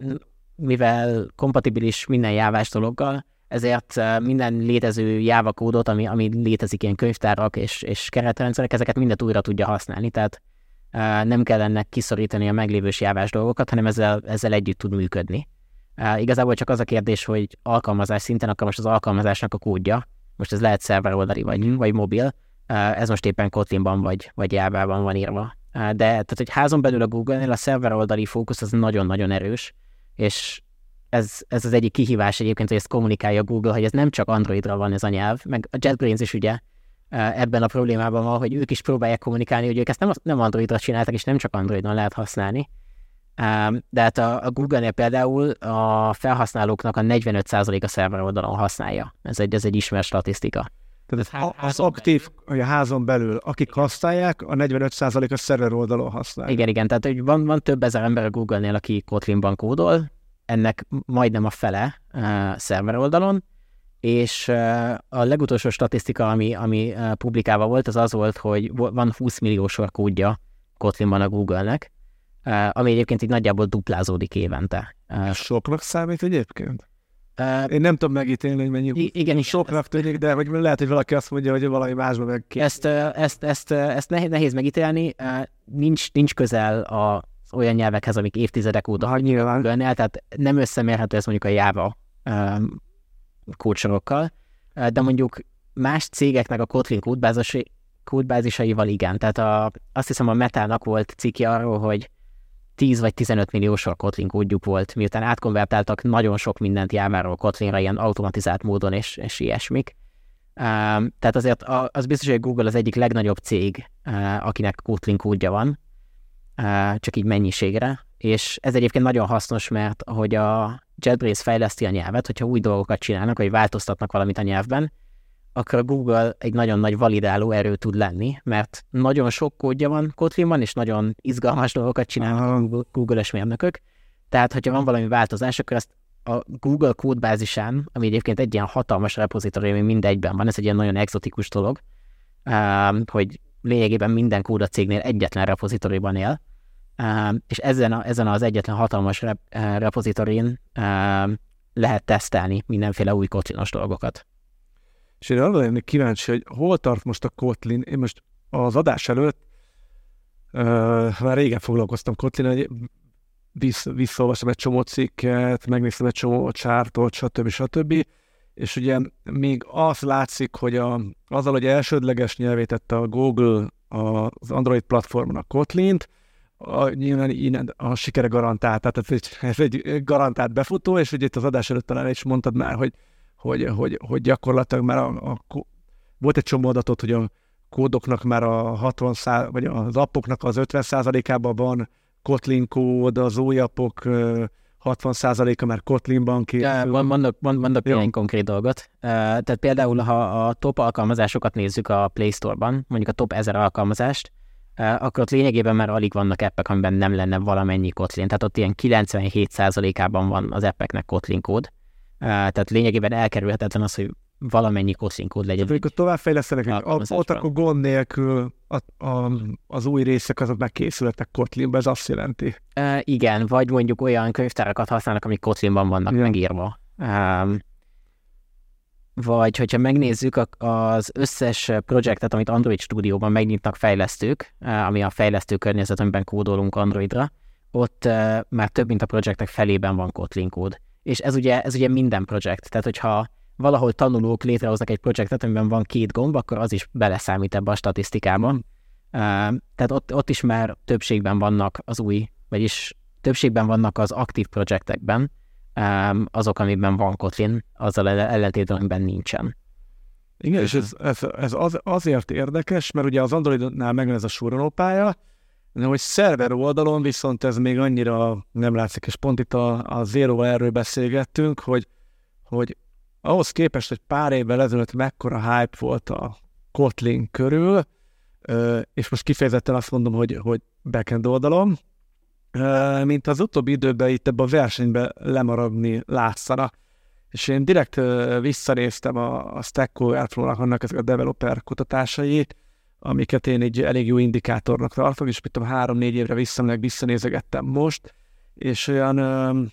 mivel kompatibilis minden jávás dologgal, ezért minden létező Java kódot, ami létezik, ilyen könyvtárak és keretrendszerek, ezeket mindet újra tudja használni, tehát nem kell ennek kiszorítani a meglévős jávás dolgokat, hanem ezzel együtt tud működni. Igazából csak az a kérdés, hogy alkalmazás szinten, akkor most az alkalmazásnak a kódja, most ez lehet szerver oldali vagy mobil, ez most éppen Kotlinban vagy Java-ban van írva. De tehát, hogy házon belül a Google-nél a szerver oldali fókusz az nagyon-nagyon erős, és ez az egyik kihívás egyébként, hogy ezt kommunikálja a Google, hogy ez nem csak Androidra van ez a nyelv, meg a JetBrains is ugye ebben a problémában van, hogy ők is próbálják kommunikálni, hogy ők ezt nem Androidra csináltak, és nem csak Androidon lehet használni. De hát a Google-nél például a felhasználóknak a 45% a szerver oldalon használja. Ez egy ismert statisztika. Tehát az aktív, hogy a házon belül, akik használják, a 45% a szerver oldalon használja. Igen, tehát hogy van több ezer ember a Google-nél, aki Kotlinban kódol, ennek majdnem a fele szerver oldalon, és a legutolsó statisztika, ami publikálva volt, az volt, hogy van 20 millió sor kódja Kotlinban a Google-nek, ami egyébként így nagyjából duplázódik évente. Soknak számít egyébként? Én nem tudom megítélni, hogy mennyi. Igen, soknak tűnik, de hogy lehet, hogy valaki azt mondja, hogy valami másban meg ki. Ezt nehéz megítélni. Nincs közel az olyan nyelvekhez, amik évtizedek óta Google-nél, tehát nem összemérhető ez mondjuk a Java kódsorokkal, de mondjuk más cégeknek a Kotlin kódbázisaival igen. Tehát azt hiszem a Metának volt cikkje arról, hogy 10 vagy 15 millió sor Kotlin kódjuk volt, miután átkonvertáltak nagyon sok mindent Jáváról Kotlinra, ilyen automatizált módon és ilyesmik. Tehát azért az biztos, hogy Google az egyik legnagyobb cég, akinek Kotlin kódja van, csak így mennyiségre, és ez egyébként nagyon hasznos, mert hogy a JetBrains fejleszti a nyelvet, hogyha új dolgokat csinálnak, vagy változtatnak valamit a nyelvben, akkor a Google egy nagyon nagy validáló erő tud lenni, mert nagyon sok kódja van Kotlinban, és nagyon izgalmas dolgokat csinálnak a Google-es mérnökök. Tehát, hogyha van valami változás, akkor ezt a Google kódbázisán, ami egyébként egy ilyen hatalmas repozitórium, ami mindegyben van, ez egy ilyen nagyon exotikus dolog, hogy lényegében minden kód a cégnél egyetlen repozitóriumban él, és ezen az egyetlen hatalmas repozitóriumon lehet tesztelni mindenféle új kotlinos dolgokat. És én arra lennék kíváncsi, hogy hol tart most a Kotlin. Én most az adás előtt már régen foglalkoztam Kotlin, hogy visszaolvastam egy csomó cikket, megnéztem egy csomó csártot, stb. És ugye még az látszik, hogy azzal, hogy elsődleges nyelvé tette a Google az Android platformon a Kotlint, nyilván a sikere garantált, tehát ez egy garantált befutó, és ugye itt az adás előtt talán is mondtad már, hogy gyakorlatilag már volt egy csomó adatot, hogy a kódoknak már a 60%, vagy az appoknak az 50%-ában van Kotlin kód, az új appok 60%-a már Kotlinban készül. Mondok ilyen konkrét dolgot. Tehát például, ha a top alkalmazásokat nézzük a Play Store-ban, mondjuk a top 1000 alkalmazást, akkor ott lényegében már alig vannak appek, amiben nem lenne valamennyi Kotlin. Tehát ott ilyen 97%-ában van az appeknek Kotlin kód. Tehát lényegében elkerülhetetlen az, hogy valamennyi Kotlin kód legyen. Amikor továbbfejlesztenek, ott akkor gond nélkül az új részek azok megkészülhetnek Kotlinba, ez azt jelenti. Igen, vagy mondjuk olyan könyvtárakat használnak, amik Kotlinban vannak megírva. Vagy hogyha megnézzük az összes projektet, amit Android Studio-ban megnyitnak fejlesztők, ami a fejlesztő környezet, amiben kódolunk Androidra, ott már több mint a projektek felében van Kotlin kód. És ez ugye minden projekt. Tehát, hogyha valahol tanulók létrehoznak egy projektet, amiben van 2 gomb, akkor az is beleszámít ebbe a statisztikában. Tehát ott is már többségben vannak vagyis többségben vannak az aktív projektekben, azok, amiben van Kotlin, azzal ellentétben, amiben nincsen. Igen, és ez azért érdekes, mert ugye az Androidnál megvan ez a sorolópálya, de hogy szerver oldalon viszont ez még annyira nem látszik, és pont itt a Zero-val erről beszélgettünk, hogy ahhoz képest, hogy pár évvel ezelőtt mekkora hype volt a Kotlin körül, és most kifejezetten azt mondom, hogy backend oldalon, mint az utóbbi időben itt ebben a versenyben lemaradni látszana. És én direkt visszanéztem a Stack Overflow-nak annak ezek a developer kutatásait, amiket én így elég jó indikátornak tartok, és mit tudom, 3-4 évre visszanézegettem most, és olyan,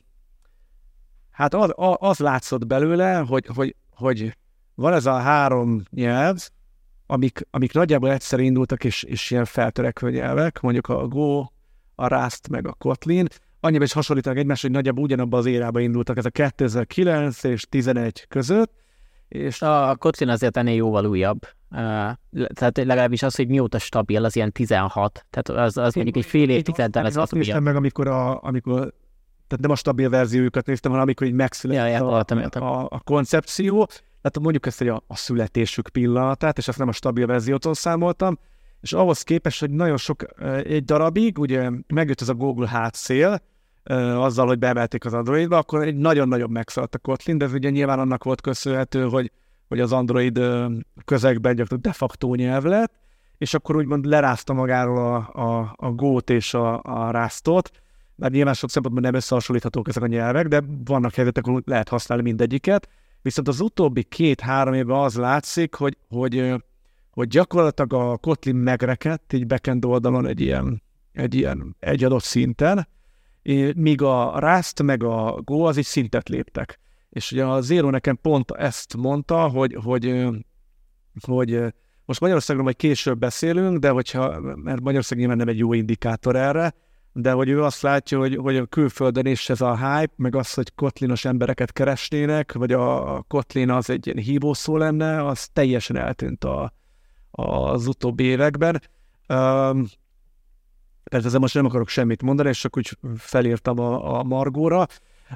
hát az látszott belőle, hogy van ez a 3 nyelv, amik nagyjából egyszer indultak, és ilyen feltörekvő nyelvek, mondjuk a Go, a Rust meg a Kotlin, annyiban is hasonlítanak egymás, hogy nagyjából ugyanabban az érában indultak, ez a 2009 és 2011 között. És a Kotlin azért ennél jóval újabb. Tehát legalábbis az, hogy mióta stabil, az ilyen 16. Tehát az mondjuk egy fél évtizeddel ez azt néztem meg, amikor tehát nem a stabil verziójukat néztem, hanem amikor így megszületett a koncepció. Tehát mondjuk ezt a születésük pillanatát, és ezt nem a stabil verziótól számoltam, és ahhoz képest, hogy nagyon sok, egy darabig, ugye megjött ez a Google hátszél, azzal, hogy beemelték az Androidba, akkor egy nagyon-nagyon megszaladt a Kotlin, de ez ugye nyilván annak volt köszönhető, hogy az Android közegben gyakorlatilag de facto nyelv lett, és akkor úgymond lerázta magáról a Go-t és a Rust-ot, mert nyilván sok szempontból nem összehasonlíthatók ezek a nyelvek, de vannak helyzetek, ahol lehet használni mindegyiket, viszont az utóbbi 2-3 évben az látszik, hogy gyakorlatilag a Kotlin megrekedt így backend oldalon egy adott szinten, míg a Rust meg a Go az így szintet léptek. És ugye a Zero nekem pont ezt mondta, hogy most Magyarországról majd később beszélünk, de mert Magyarország nyilván nem egy jó indikátor erre, de hogy ő azt látja, hogy a külföldön is ez a hype, meg az, hogy kotlinos embereket keresnének, vagy a Kotlin az egy ilyen hívószó lenne, az teljesen eltűnt az utóbbi években. Tehát ezzel most nem akarok semmit mondani, és csak úgy felírtam a Margóra.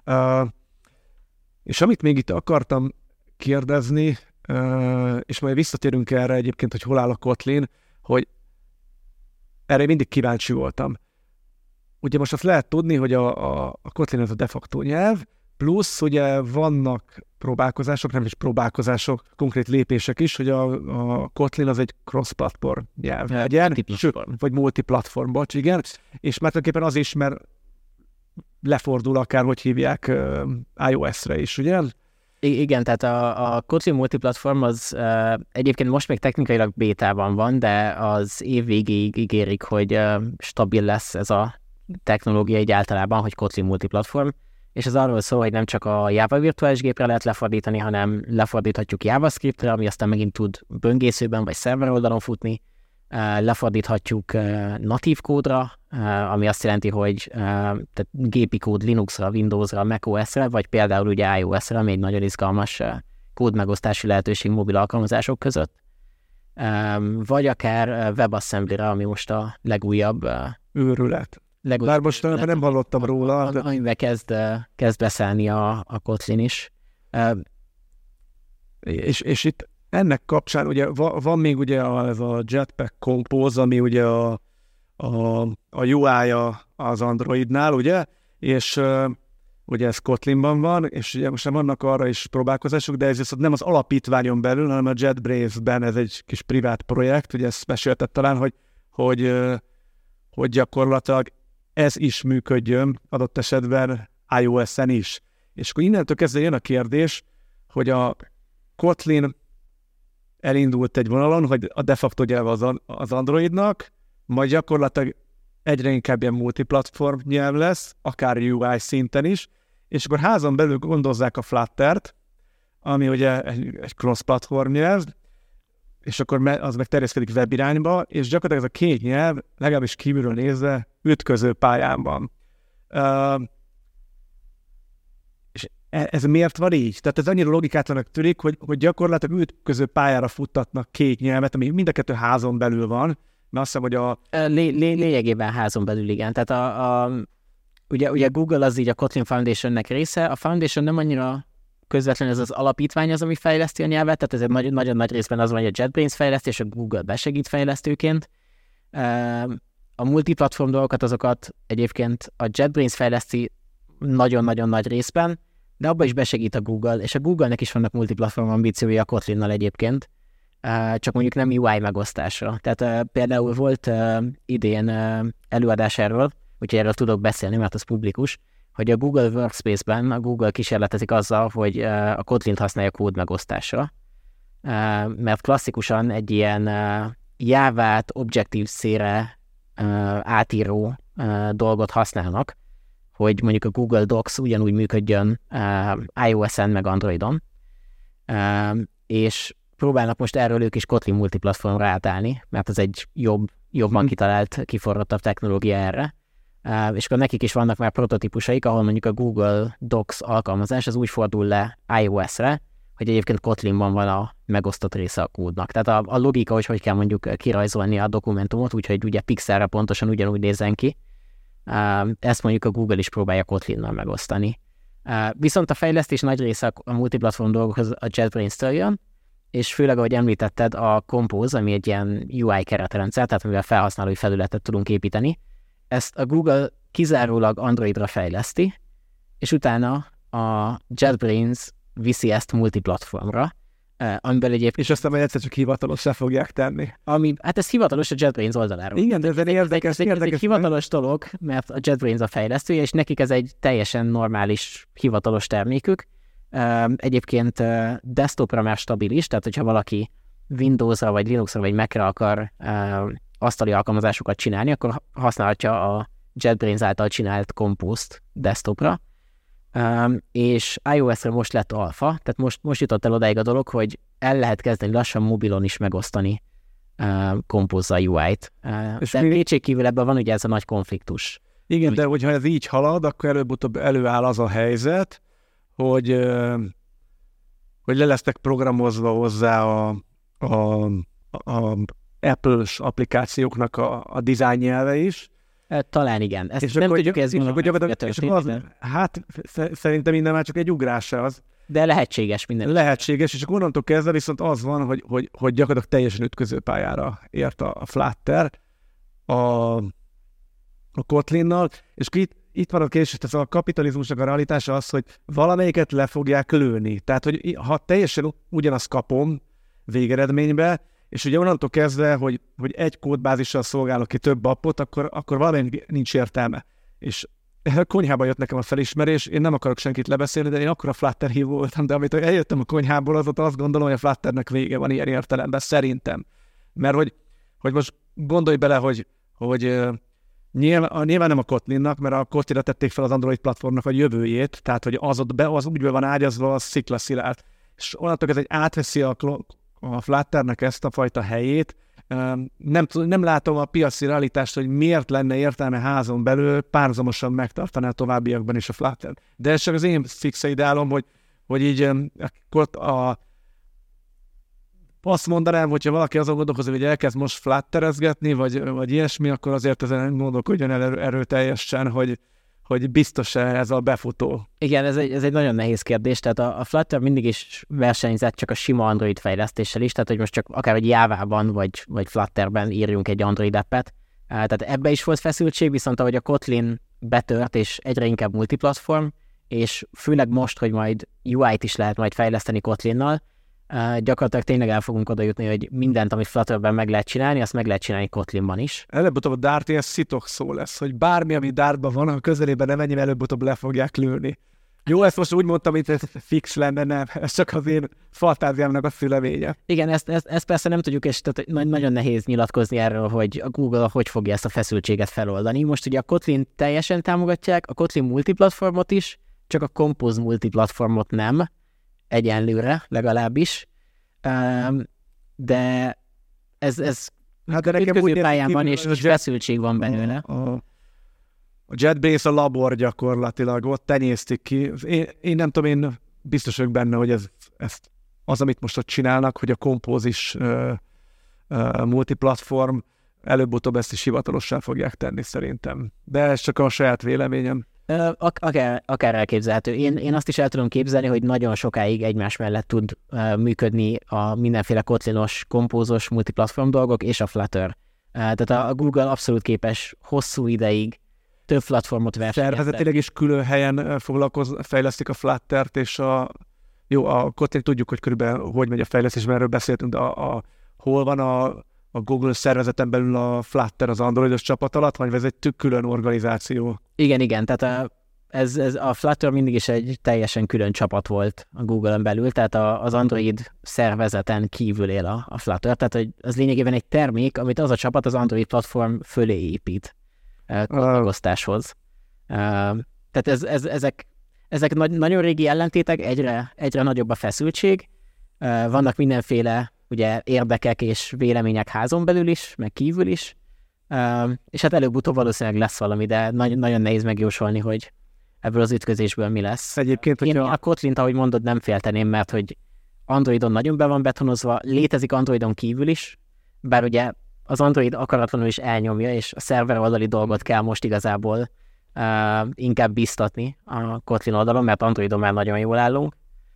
És amit még itt akartam kérdezni, és majd visszatérünk erre egyébként, hogy hol áll a Kotlin, hogy erre mindig kíváncsi voltam. Ugye most azt lehet tudni, hogy a Kotlin ez a de facto nyelv, plusz ugye vannak próbálkozások, nem is próbálkozások, konkrét lépések is, hogy a Kotlin az egy cross-platform nyelv legyen, vagy multiplatform, bocs, igen, és már tulajdonképpen az is, mert lefordul akár, hogy hívják iOS-re is, ugye? Igen, tehát a Kotlin multiplatform az egyébként most még technikailag bétában van, de az év végéig ígérik, hogy stabil lesz ez a technológia egyáltalában, hogy Kotlin multiplatform, és ez arról szól, hogy nem csak a Java virtuális gépre lehet lefordítani, hanem lefordíthatjuk JavaScriptre, ami aztán megint tud böngészőben vagy szerver oldalon futni, lefordíthatjuk natív kódra, ami azt jelenti, hogy tehát gépi kód Linuxra, Windowsra, macOS-re, vagy például ugye iOS-re, ami egy nagyon izgalmas kódmegosztási lehetőség mobil alkalmazások között, vagy akár WebAssembly-re, ami most a legújabb őrület. Bár most nem hallottam róla. Amiben kezd beszállni a Kotlin is. És itt ennek kapcsán ugye van még ugye ez a Jetpack Compose, ami ugye a UI-ja az Androidnál, ugye? És ugye ez Kotlinban van, és ugye most vannak arra is próbálkozások, de ez viszont nem az alapítványon belül, hanem a JetBrains-ben ez egy kis privát projekt, ugye ezt mesélted talán, hogy gyakorlatilag ez is működjön adott esetben iOS-en is. És akkor innentől kezdve jön a kérdés, hogy a Kotlin elindult egy vonalon, hogy a de facto nyelv az Androidnak, majd gyakorlatilag egyre inkább ilyen multiplatform nyelv lesz, akár UI szinten is, és akkor házon belül gondozzák a Fluttert, ami ugye egy cross-platform nyelv, és akkor az meg terjeszkedik web irányba, és gyakorlatilag ez a két nyelv, legalábbis kívülről nézve, ütköző pályán van. És ez miért van így? Tehát ez annyira logikátlanak tűnik, hogy gyakorlatilag ütköző pályára futtatnak két nyelvet, ami mind a kettő házon belül van, mert azt hiszem, hogy lényegében házon belül, igen. Tehát ugye Google az így a Kotlin Foundation-nek része, a Foundation nem annyira közvetlenül ez az alapítvány az, ami fejleszti a nyelvet, tehát ez egy nagyon nagy részben az van, hogy a JetBrains fejleszti, és a Google besegít fejlesztőként. A multiplatform dolgokat, azokat egyébként a JetBrains fejleszti nagyon-nagyon nagy részben, de abban is besegít a Google, és a Google-nek is vannak multiplatform ambíciói a Kotlinnal egyébként, csak mondjuk nem UI megosztásra. Tehát például volt idén előadás erről, úgyhogy erről tudok beszélni, mert az publikus, hogy a Google Workspace-ben a Google kísérletezik azzal, hogy a Kotlint használja kód megosztásra, mert klasszikusan egy ilyen Java-t Objective-C-re átíró dolgot használnak, hogy mondjuk a Google Docs ugyanúgy működjön iOS-en meg Androidon, és próbálnak most erről ők is Kotlin multiplatformra átállni, mert ez egy jobban kitalált, kiforrottabb technológia erre. És akkor nekik is vannak már prototípusaik, ahol mondjuk a Google Docs alkalmazás az úgy fordul le iOS-re, hogy egyébként Kotlinban van a megosztott része a kódnak. Tehát a logika, hogy kell mondjuk kirajzolni a dokumentumot, úgyhogy ugye pixelre pontosan ugyanúgy nézzen ki, ezt mondjuk a Google is próbálja Kotlinnal megosztani. Viszont a fejlesztés nagy része a multiplatform dolgokhoz a JetBrains-től jön, és főleg, ahogy említetted, a Compose, ami egy ilyen UI keretrendszer, tehát amivel felhasználói felületet tudunk építeni, ezt a Google kizárólag Androidra fejleszti, és utána a JetBrains viszi ezt multiplatformra, amiben egyébként... És aztán majd egyszer csak hivatalossá fogják tenni. Hát ez hivatalos a JetBrains oldaláról. Igen, de ez érdekes. Ez egy hivatalos dolog, mert a JetBrains a fejlesztője, és nekik ez egy teljesen normális, hivatalos termékük. Egyébként desktopra már stabilis, tehát hogyha valaki Windowsra, vagy Linuxra, vagy Macre akar asztali alkalmazásokat csinálni, akkor használhatja a JetBrains által csinált Compose-t desktopra, és iOS-re most lett alfa, tehát most jutott el odáig a dolog, hogy el lehet kezdeni lassan mobilon is megosztani Compose-a UI-t. De kétségkívül ebben van ugye ez a nagy konfliktus. Igen, de hogyha ez így halad, akkor előbb-utóbb előáll az a helyzet, hogy le lesznek programozva hozzá a Apple-s applikációknak a design nyelve is. Talán igen. Ezt és nem akkor, tudjuk, ez hát szerintem minden már csak egy ugrás az. De lehetséges minden. Lehetséges, és onnantól kezdve viszont az van, hogy gyakorlatilag teljesen ütköző pályára ért a Flutter a Kotlinnal, és itt van a kérdés, ez a kapitalizmusnak a realitása az, hogy valamelyiket le fogják lőni. Tehát, hogy ha teljesen ugyanazt kapom végeredménybe, és ugye onnantól kezdve, hogy egy kódbázissal szolgálok ki több appot, akkor valamelyik nincs értelme. És a konyhában jött nekem a felismerés, én nem akarok senkit lebeszélni, de én akkor a Flutter hívó voltam, de amit eljöttem a konyhából, azóta azt gondolom, hogy a Flutternek vége van ilyen értelemben, szerintem. Mert hogy most gondolj bele, hogy nyilván nem a Kotlinnak, mert a Kotlinra tették fel az Android platformnak a jövőjét, tehát hogy az úgy van ágyazva, az sziklaszilárd. És onnantól ez egy átveszi a Flutternek ezt a fajta helyét. Nem látom a piaci realitást, hogy miért lenne értelme házon belül párhuzamosan megtartani a továbbiakban is a Flutter. De ez csak az én fix ideálom, hogy így azt mondanám, hogyha valaki azon gondolkozik, hogy elkezd most flutterezgetni, vagy ilyesmi, akkor azért ezen gondolkodjon erőteljesen, hogy biztos-e ez a befutó. Igen, ez egy nagyon nehéz kérdés, tehát a Flutter mindig is versenyzett csak a sima Android fejlesztéssel is, tehát hogy most csak akár egy Java-ban vagy Flutterben írjunk egy Android appet, Tehát ebbe is volt feszültség, viszont ahogy a Kotlin betört, és egyre inkább multiplatform, és főleg most, hogy majd UI-t is lehet majd fejleszteni Kotlinnal, gyakorlatilag tényleg el fogunk oda jutni, hogy mindent, amit Flutterben meg lehet csinálni, azt meg lehet csinálni Kotlinban is. Előbb-utóbb a Dart ilyen szitok szó lesz, hogy bármi, ami Dartban van, a közelében nem ennyi, előbb-utóbb le fogják lőni. Jó, ezt most úgy mondtam, mint ez fix lenne, nem. Ez csak az én fantáziámnak a szüleménye. Igen, ezt persze nem tudjuk, és tehát nagyon nehéz nyilatkozni erről, hogy a Google hogy fogja ezt a feszültséget feloldani. Most ugye a Kotlin teljesen támogatják, a Kotlin multiplatformot is, csak a Compose multiplatformot nem, egyenlőre legalábbis. De ez hát de nekem középpályában és feszültség van belőle. A JetBrains a labor gyakorlatilag, ott tenyésztik ki. Én nem tudom, én biztos vagyok benne, hogy ez az, amit most ott csinálnak, hogy a Compose is multiplatform, előbb-utóbb ezt is hivatalossá fogják tenni szerintem. De ez csak a saját véleményem. Akár elképzelhető. Én azt is el tudom képzelni, hogy nagyon sokáig egymás mellett tud működni a mindenféle Kotlinos, kompózos, multiplatform dolgok és a Flutter. Tehát a Google abszolút képes hosszú ideig több platformot versenyezni. Szervezetileg is külön helyen fejlesztik a Fluttert, és a Kotlin tudjuk, hogy körülbelül hogy megy a fejlesztés, mert erről beszéltünk, de hol van a Google szervezeten belül a Flutter az androidos csapat alatt, vagy ez egy tök külön organizáció? Igen, tehát ez a Flutter mindig is egy teljesen külön csapat volt a Google-en belül, tehát az Android szervezeten kívül él a Flutter, tehát hogy az lényegében egy termék, amit az a csapat az Android platform fölé épít megosztáshoz. Tehát ezek nagyon régi ellentétek, egyre nagyobb a feszültség, vannak mindenféle ugye érdekek és vélemények házon belül is, meg kívül is, és hát előbb-utóbb valószínűleg lesz valami, de nagyon nehéz megjósolni, hogy ebből az ütközésből mi lesz. Egyébként, én a Kotlint, ahogy mondod, nem félteném, mert hogy Androidon nagyon be van betonozva, létezik Androidon kívül is, bár ugye az Android akaratlanul is elnyomja, és a szerver oldali dolgot kell most igazából inkább bíztatni a Kotlin oldalon, mert Androidon már nagyon jól állunk.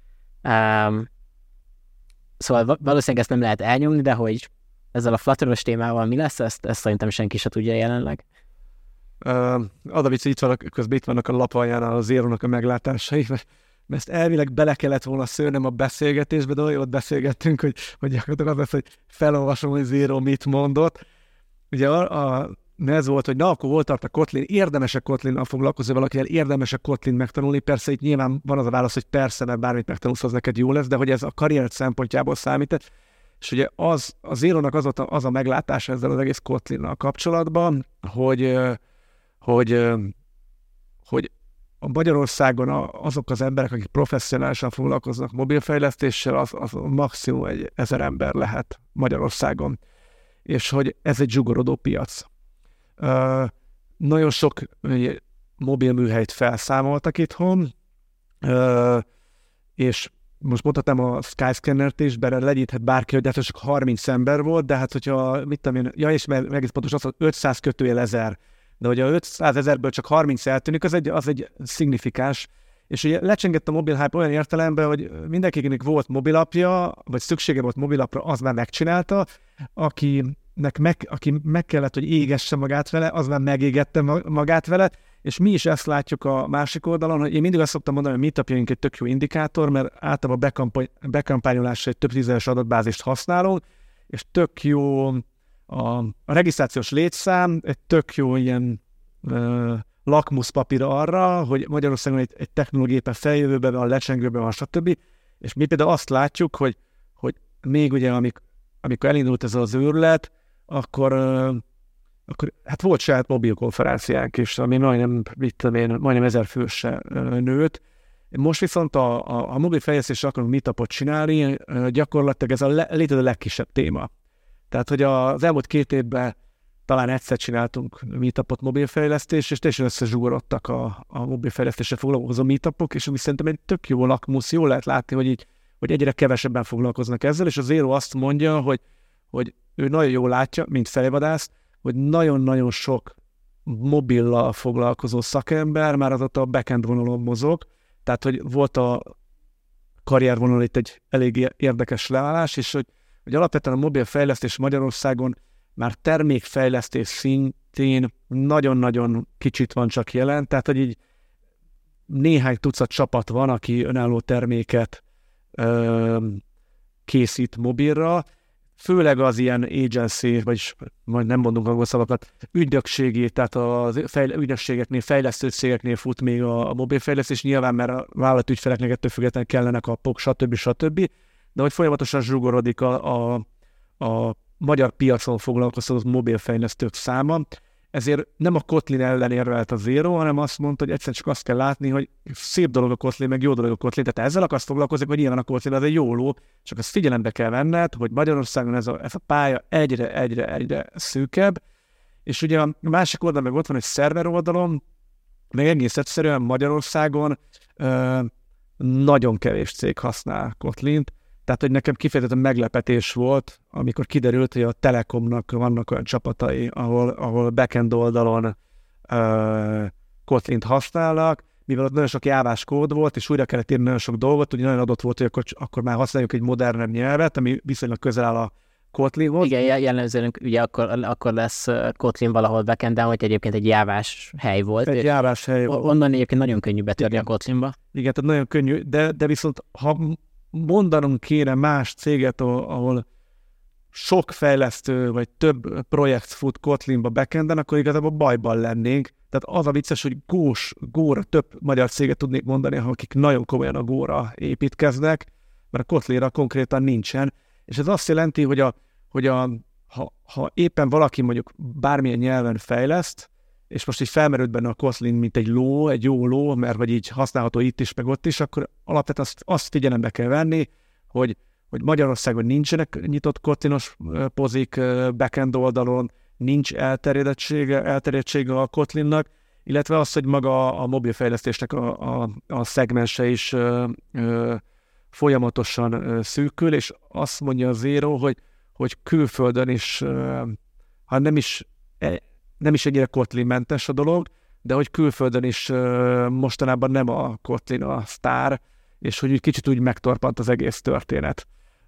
Szóval valószínűleg ezt nem lehet elnyomni, de hogy ezzel a Flutter-ös témával mi lesz, ezt szerintem senki se tudja jelenleg. Adavics, közben itt vannak a lapaljánál az Zero-nak a meglátásai, mert ezt elvileg bele kellett volna szőrnem a beszélgetésbe, de olyan ott beszélgettünk, hogy gyakorlatilag az lesz, hogy felolvasom, hogy Zero mit mondott. Ugye ez volt, hogy akkor hol tart a Kotlin, érdemes-e Kotlinnal foglalkozni valakivel, érdemes-e Kotlin megtanulni, persze itt nyilván van az a válasz, hogy persze, mert bármit megtanulsz, az neked jó lesz, de hogy ez a karrier szempontjából számít. És ugye az Zero-nak az a meglátása ezzel az egész Kotlinnal kapcsolatban, hogy a Magyarországon azok az emberek, akik professzionálisan foglalkoznak mobilfejlesztéssel, az maximum 1000 ember lehet Magyarországon. És hogy ez egy zsugorodó piac. Nagyon sok mobilműhelyt felszámoltak itthon, és most mondhatnám a Skyscanner-t is, benne legyíthet bárki, hogy csak 30 ember volt, de hát hogyha, mit tudom én, és egész pontos az, hogy 500 kötőjel 1000, de hogy a 500 000-ből csak 30 eltűnik, az egy szignifikáns. És ugye lecsengett a mobil hype olyan értelemben, hogy mindenkinek volt mobilapja, vagy szüksége volt mobilapra, az már megcsinálta, aki meg kellett, hogy égesse magát vele, az már megégette magát vele, és mi is ezt látjuk a másik oldalon, hogy én mindig azt szoktam mondani, hogy meetupjaink egy tök jó indikátor, mert általában bekampányolásra egy több tízes adatbázist használunk, és tök jó a regisztrációs létszám, egy tök jó ilyen lakmuszpapír arra, hogy Magyarországon egy technológiéppen feljövőben van, lecsengőben van, stb. És mi például azt látjuk, hogy még ugye amikor elindult ez az őrület, akkor hát volt saját mobilkonferenciánk is, ami majdnem 1000 főse nőtt. Most viszont a mobil fejlesztésre akarunk meetupot csinálni, gyakorlatilag ez a létező legkisebb téma. Tehát, hogy az elmúlt 2 évben talán egyszer csináltunk meetupot mobilfejlesztés, és teljesen összezsugorodtak a mobilfejlesztésre foglalkozó meetupok, és ami szerintem egy tök jó lakmusz, jól lehet látni, hogy egyre kevesebben foglalkoznak ezzel, és a Zero azt mondja, hogy ő nagyon jól látja, mint fejvadász, hogy nagyon-nagyon sok mobillal foglalkozó szakember már azóta a backend vonalon mozog, tehát hogy volt a karriervonalon itt egy elég érdekes leállás, és hogy alapvetően a mobil fejlesztés Magyarországon már termékfejlesztés szintén nagyon-nagyon kicsit van csak jelen, tehát hogy így néhány tucat csapat van, aki önálló terméket készít mobilra, főleg az ilyen agency, vagyis majd nem mondunk angol szavakat, ügynökségi, tehát az ügynökségeknél, fejlesztő cégeknél fut még a mobilfejlesztés, nyilván, mert a vállalatügyfeleknek ettől függetlenül kellenek a POK, stb. De hogy folyamatosan zsugorodik a magyar piacon foglalkoztatott mobilfejlesztők száma, ezért nem a Kotlin ellen érvelt a Zero, hanem azt mondta, hogy egyszerűen csak azt kell látni, hogy szép dolog a Kotlin, meg jó dolog a Kotlin. Tehát ezzel akarsz foglalkozni, hogy nyilván a Kotlin az egy jó ló, csak azt figyelembe kell venned, hogy Magyarországon ez a pálya egyre szűkebb, és ugye a másik oldalon meg ott van egy szerver oldalon, meg egész egyszerűen Magyarországon nagyon kevés cég használ Kotlint, tehát, hogy nekem kifejezetten meglepetés volt, amikor kiderült, hogy a Telekomnak vannak olyan csapatai, ahol backend oldalon Kotlint használnak, mivel ott nagyon sok jávás kód volt, és újra kellett írni nagyon sok dolgot, ugye nagyon adott volt, hogy akkor már használjuk egy modernebb nyelvet, ami viszonylag közel áll a Kotlinhoz. Igen, jellemzően ugye akkor lesz Kotlin valahol backenden, hogy egyébként egy jávás hely volt. Egy jávás hely volt. Onnan egyébként nagyon könnyű betörni a Kotlinba. Igen, tehát nagyon könnyű, de viszont ha mondanunk kéne más céget, ahol sok fejlesztő, vagy több projekt fut Kotlinba backenden, akkor igazából bajban lennénk. Tehát az a vicces, hogy Go-ra több magyar céget tudnék mondani, akik nagyon komolyan a Go-ra építkeznek, mert a Kotlinra konkrétan nincsen. És ez azt jelenti, hogy ha éppen valaki mondjuk bármilyen nyelven fejleszt, és most így felmerült benne a Kotlin, mint egy jó ló, mert vagy így használható itt is, meg ott is, akkor alapvetően azt figyelembe kell venni, hogy Magyarországon nincsenek nyitott Kotlinos pozik backend oldalon, nincs elterjedtsége a Kotlinnak, illetve az, hogy maga a mobilfejlesztésnek a szegmense is folyamatosan szűkül, és azt mondja a Zero, hogy külföldön is, ha nem is ennyire Kotlin-mentes a dolog, de hogy külföldön is mostanában nem a Kotlin a sztár, és hogy kicsit úgy megtorpant az egész történet.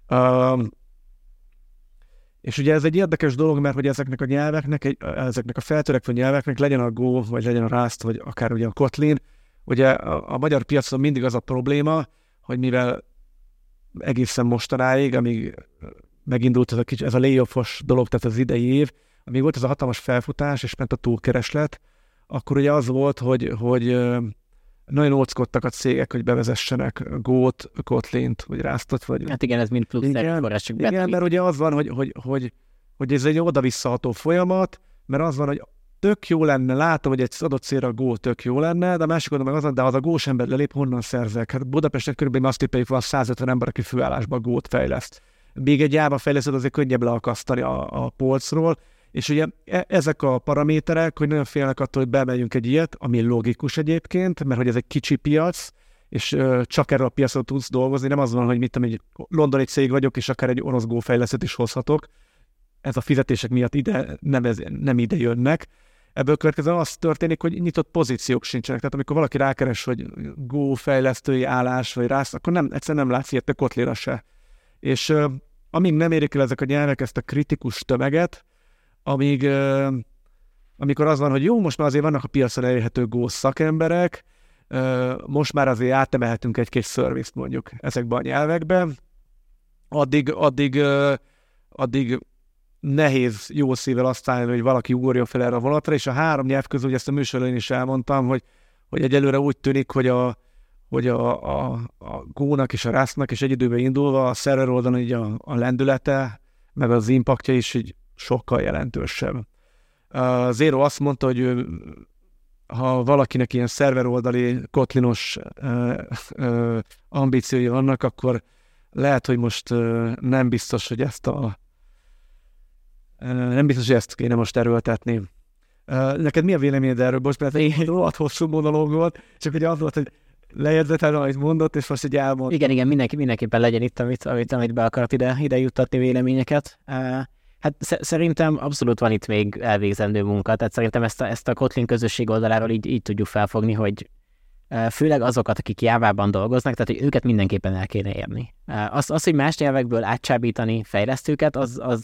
És ugye ez egy érdekes dolog, mert hogy ezeknek a nyelveknek, ezeknek a feltörekvő nyelveknek, legyen a Go, vagy legyen a Rust, vagy akár ugye a Kotlin, ugye a magyar piacon mindig az a probléma, hogy mivel egészen mostanáig, amíg megindult ez a layoff-os dolog, tehát az idei év, amíg volt ez a hatalmas felfutás, és ment a túlkereslet, akkor ugye az volt, hogy nagyon óckodtak a cégek, hogy bevezessenek Go-t, Kotlint, vagy Rustot, vagy... Hát igen, ez mind plusz erőforrás, csak igen, mert ugye az van, hogy ez egy oda-visszaható folyamat, mert az van, hogy tök jó lenne, látom, hogy egy adott célra a Go tök jó lenne, de a másik oldalon meg az van, de az a Go-s ember lelép, honnan szerzek? Hát Budapesten körülbelül azt tippeljük, van 150 ember, aki főállásban Go-t fejleszt. Még egy Java fejlesztőt azért könnyebb leakasztani a polcról, és ugye ezek a paraméterek, hogy nagyon félnek attól, hogy bemegyünk egy ilyet, ami logikus egyébként, mert hogy ez egy kicsi piac, és csak erről a piacon tudsz dolgozni, nem az van, hogy egy londoni cég vagyok, és akár egy orosz Go fejlesztőt is hozhatok. Ez a fizetések miatt nem ide jönnek. Ebből következően az történik, hogy nyitott pozíciók sincsenek. Tehát amikor valaki rákeres, hogy Go fejlesztői állás, vagy rász, akkor egyszerűen nem látsz ilyet, Kotlinra se. És amíg nem érik el ezek a nyelvek ezt a kritikus tömeget, amikor az van, hogy jó, most már azért vannak a piacon elérhető Go szakemberek, most már azért átemelhetünk egy-két szervizt mondjuk ezekben a nyelvekben, addig nehéz jó szívvel azt állni, hogy valaki ugorjon fel erre a vonatra, és a három nyelv közül, hogy ezt a műsorban is elmondtam, hogy egyelőre úgy tűnik, hogy a Go-nak és a Rustnak és egy időben indulva a szerver oldalon így a lendülete, meg az impaktja is így sokkal jelentősebb. Zero azt mondta, hogy ha valakinek ilyen szerver oldali kotlinos ambíciói vannak, akkor lehet, hogy most nem biztos, hogy ezt kéne most erőltetni. Neked mi a véleményed erről? Most mert egy rohadt hosszú monológ volt, csak hogy az volt, hogy lejegyzeted, amit mondott, és most egy elmond. Igen, mindenképpen legyen itt, amit be akarok ide juttatni véleményeket. Hát szerintem abszolút van itt még elvégzendő munka, tehát szerintem ezt a Kotlin közösség oldaláról így tudjuk felfogni, hogy főleg azokat, akik Jávában dolgoznak, tehát hogy őket mindenképpen el kéne érni. Az, hogy más nyelvekből átcsábítani fejlesztőket, az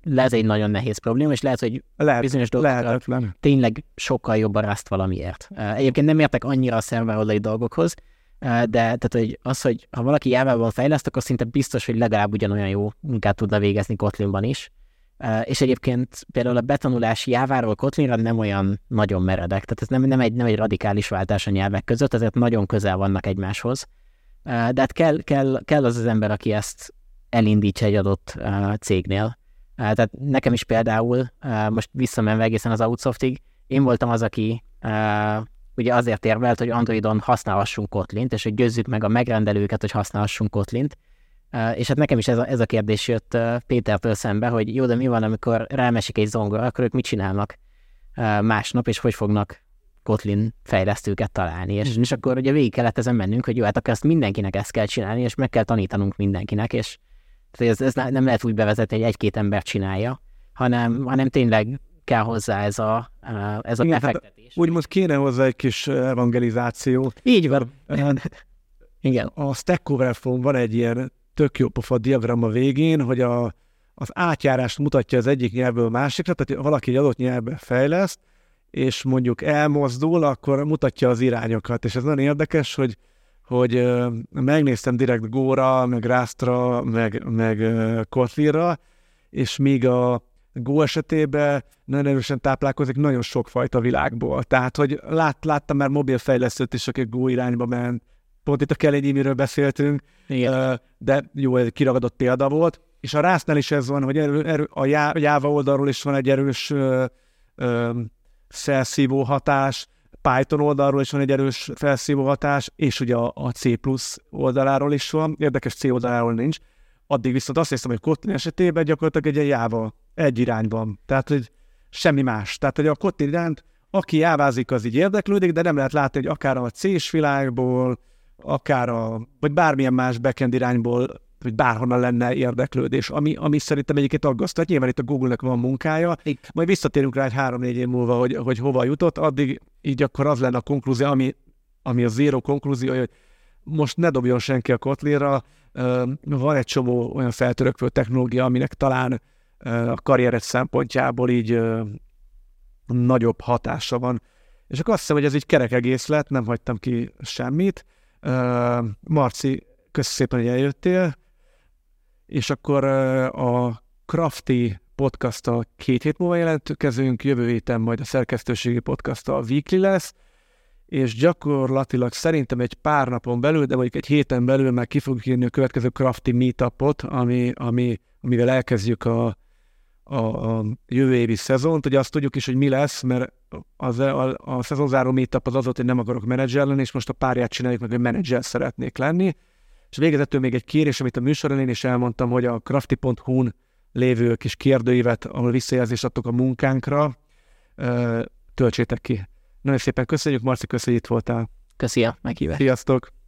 ez egy nagyon nehéz probléma, és lehet, hogy bizonyos dolgokra tényleg sokkal jobb a Rust valamiért. Egyébként nem értek annyira a szerveroldali dolgokhoz, de tehát, hogy az, hogy ha valaki Jávában fejleszt, akkor szinte biztos, hogy legalább ugyanolyan jó munkát tudna végezni Kotlinban is. És egyébként például a betanulási Jáváról Kotlinra nem olyan nagyon meredek, tehát ez nem egy radikális váltás a nyelvek között, ezért nagyon közel vannak egymáshoz. De hát kell az ember, aki ezt elindítsa egy adott cégnél. Tehát nekem is például, most visszamenve egészen az Outsoftig, én voltam az, aki ugye azért érvelt, hogy Androidon használhassunk Kotlint, és hogy győzzük meg a megrendelőket, hogy használhassunk Kotlint. És hát nekem is ez a kérdés jött Pétertől szembe, hogy jó, de mi van, amikor rámesik egy zongora, akkor ők mit csinálnak másnap, és hogy fognak Kotlin fejlesztőket találni. És akkor ugye végig kellett ezen mennünk, hogy jó, hát akkor ezt mindenkinek ezt kell csinálni, és meg kell tanítanunk mindenkinek, és ez nem lehet úgy bevezetni, hogy egy-két ember csinálja, hanem tényleg kell hozzá ez a befektetés. Úgymond kéne hozzá egy kis evangelizáció. Így van. Igen. A Stack Overflow van egy ilyen tök jó pofa diagram a végén, hogy az átjárást mutatja az egyik nyelvből a másikra, tehát valaki egy adott nyelvbe fejleszt, és mondjuk elmozdul, akkor mutatja az irányokat, és ez nagyon érdekes, hogy megnéztem direkt Go-ra, meg Rust-ra, meg Kotlinra, és míg a Go esetében nagyon erősen táplálkozik nagyon sokfajta világból. Tehát, hogy láttam már mobilfejlesztőt is, aki Go irányba ment, pont itt a Kelly-miről beszéltünk, de jó, egy kiragadott példa volt. És a Rustnál is ez van, hogy a Java oldalról is van egy erős felszívó hatás, Python oldalról is van egy erős felszívó hatás, és ugye a C+ oldaláról is van, érdekes C oldaláról nincs. Addig viszont azt hiszem, hogy Kotlin esetében gyakorlatilag egy Java egy irányban. Tehát, hogy semmi más. Tehát, hogy a Kotlin iránt, aki jávázik, az így érdeklődik, de nem lehet látni, hogy akár a C-s világból, akár vagy bármilyen más backend irányból, hogy bárhonnan lenne érdeklődés, ami szerintem egyébként aggasztó. Nyilván itt a Google-nek van munkája, majd visszatérünk rá egy 3-4 év múlva, hogy hova jutott, addig így akkor az lenne a konklúzió, ami a zero konklúzió, hogy most ne dobjon senki a Kotlinra, van egy csomó olyan feltörekvő technológia, aminek talán a karriered szempontjából így nagyobb hatása van. És akkor azt hiszem, hogy ez így kerek egész lett, nem hagytam ki semmit. Marci, köszönöm szépen, hogy eljöttél, és akkor a Crafty podcasttal 2 hét múlva jelentkezünk, jövő héten majd a szerkesztőségi podcasttal Weekly lesz, és gyakorlatilag szerintem egy pár napon belül, de mondjuk egy héten belül már ki fogjuk írni a következő Crafty meetupot, amivel elkezdjük a jövő évi szezont. Ugye azt tudjuk is, hogy mi lesz, mert a szezonzáró meetup az volt, hogy nem akarok menedzser lenni, és most a párját csináljuk meg, hogy menedzser szeretnék lenni. És végezetül még egy kérés, amit a műsoron én is elmondtam, hogy a crafty.hu-n lévő kis kérdőívet, ahol visszajelzést adtok a munkánkra, töltsétek ki. Nagyon szépen köszönjük, Marci, köszönjük, itt voltál. Köszi a meghívást. Sziasztok!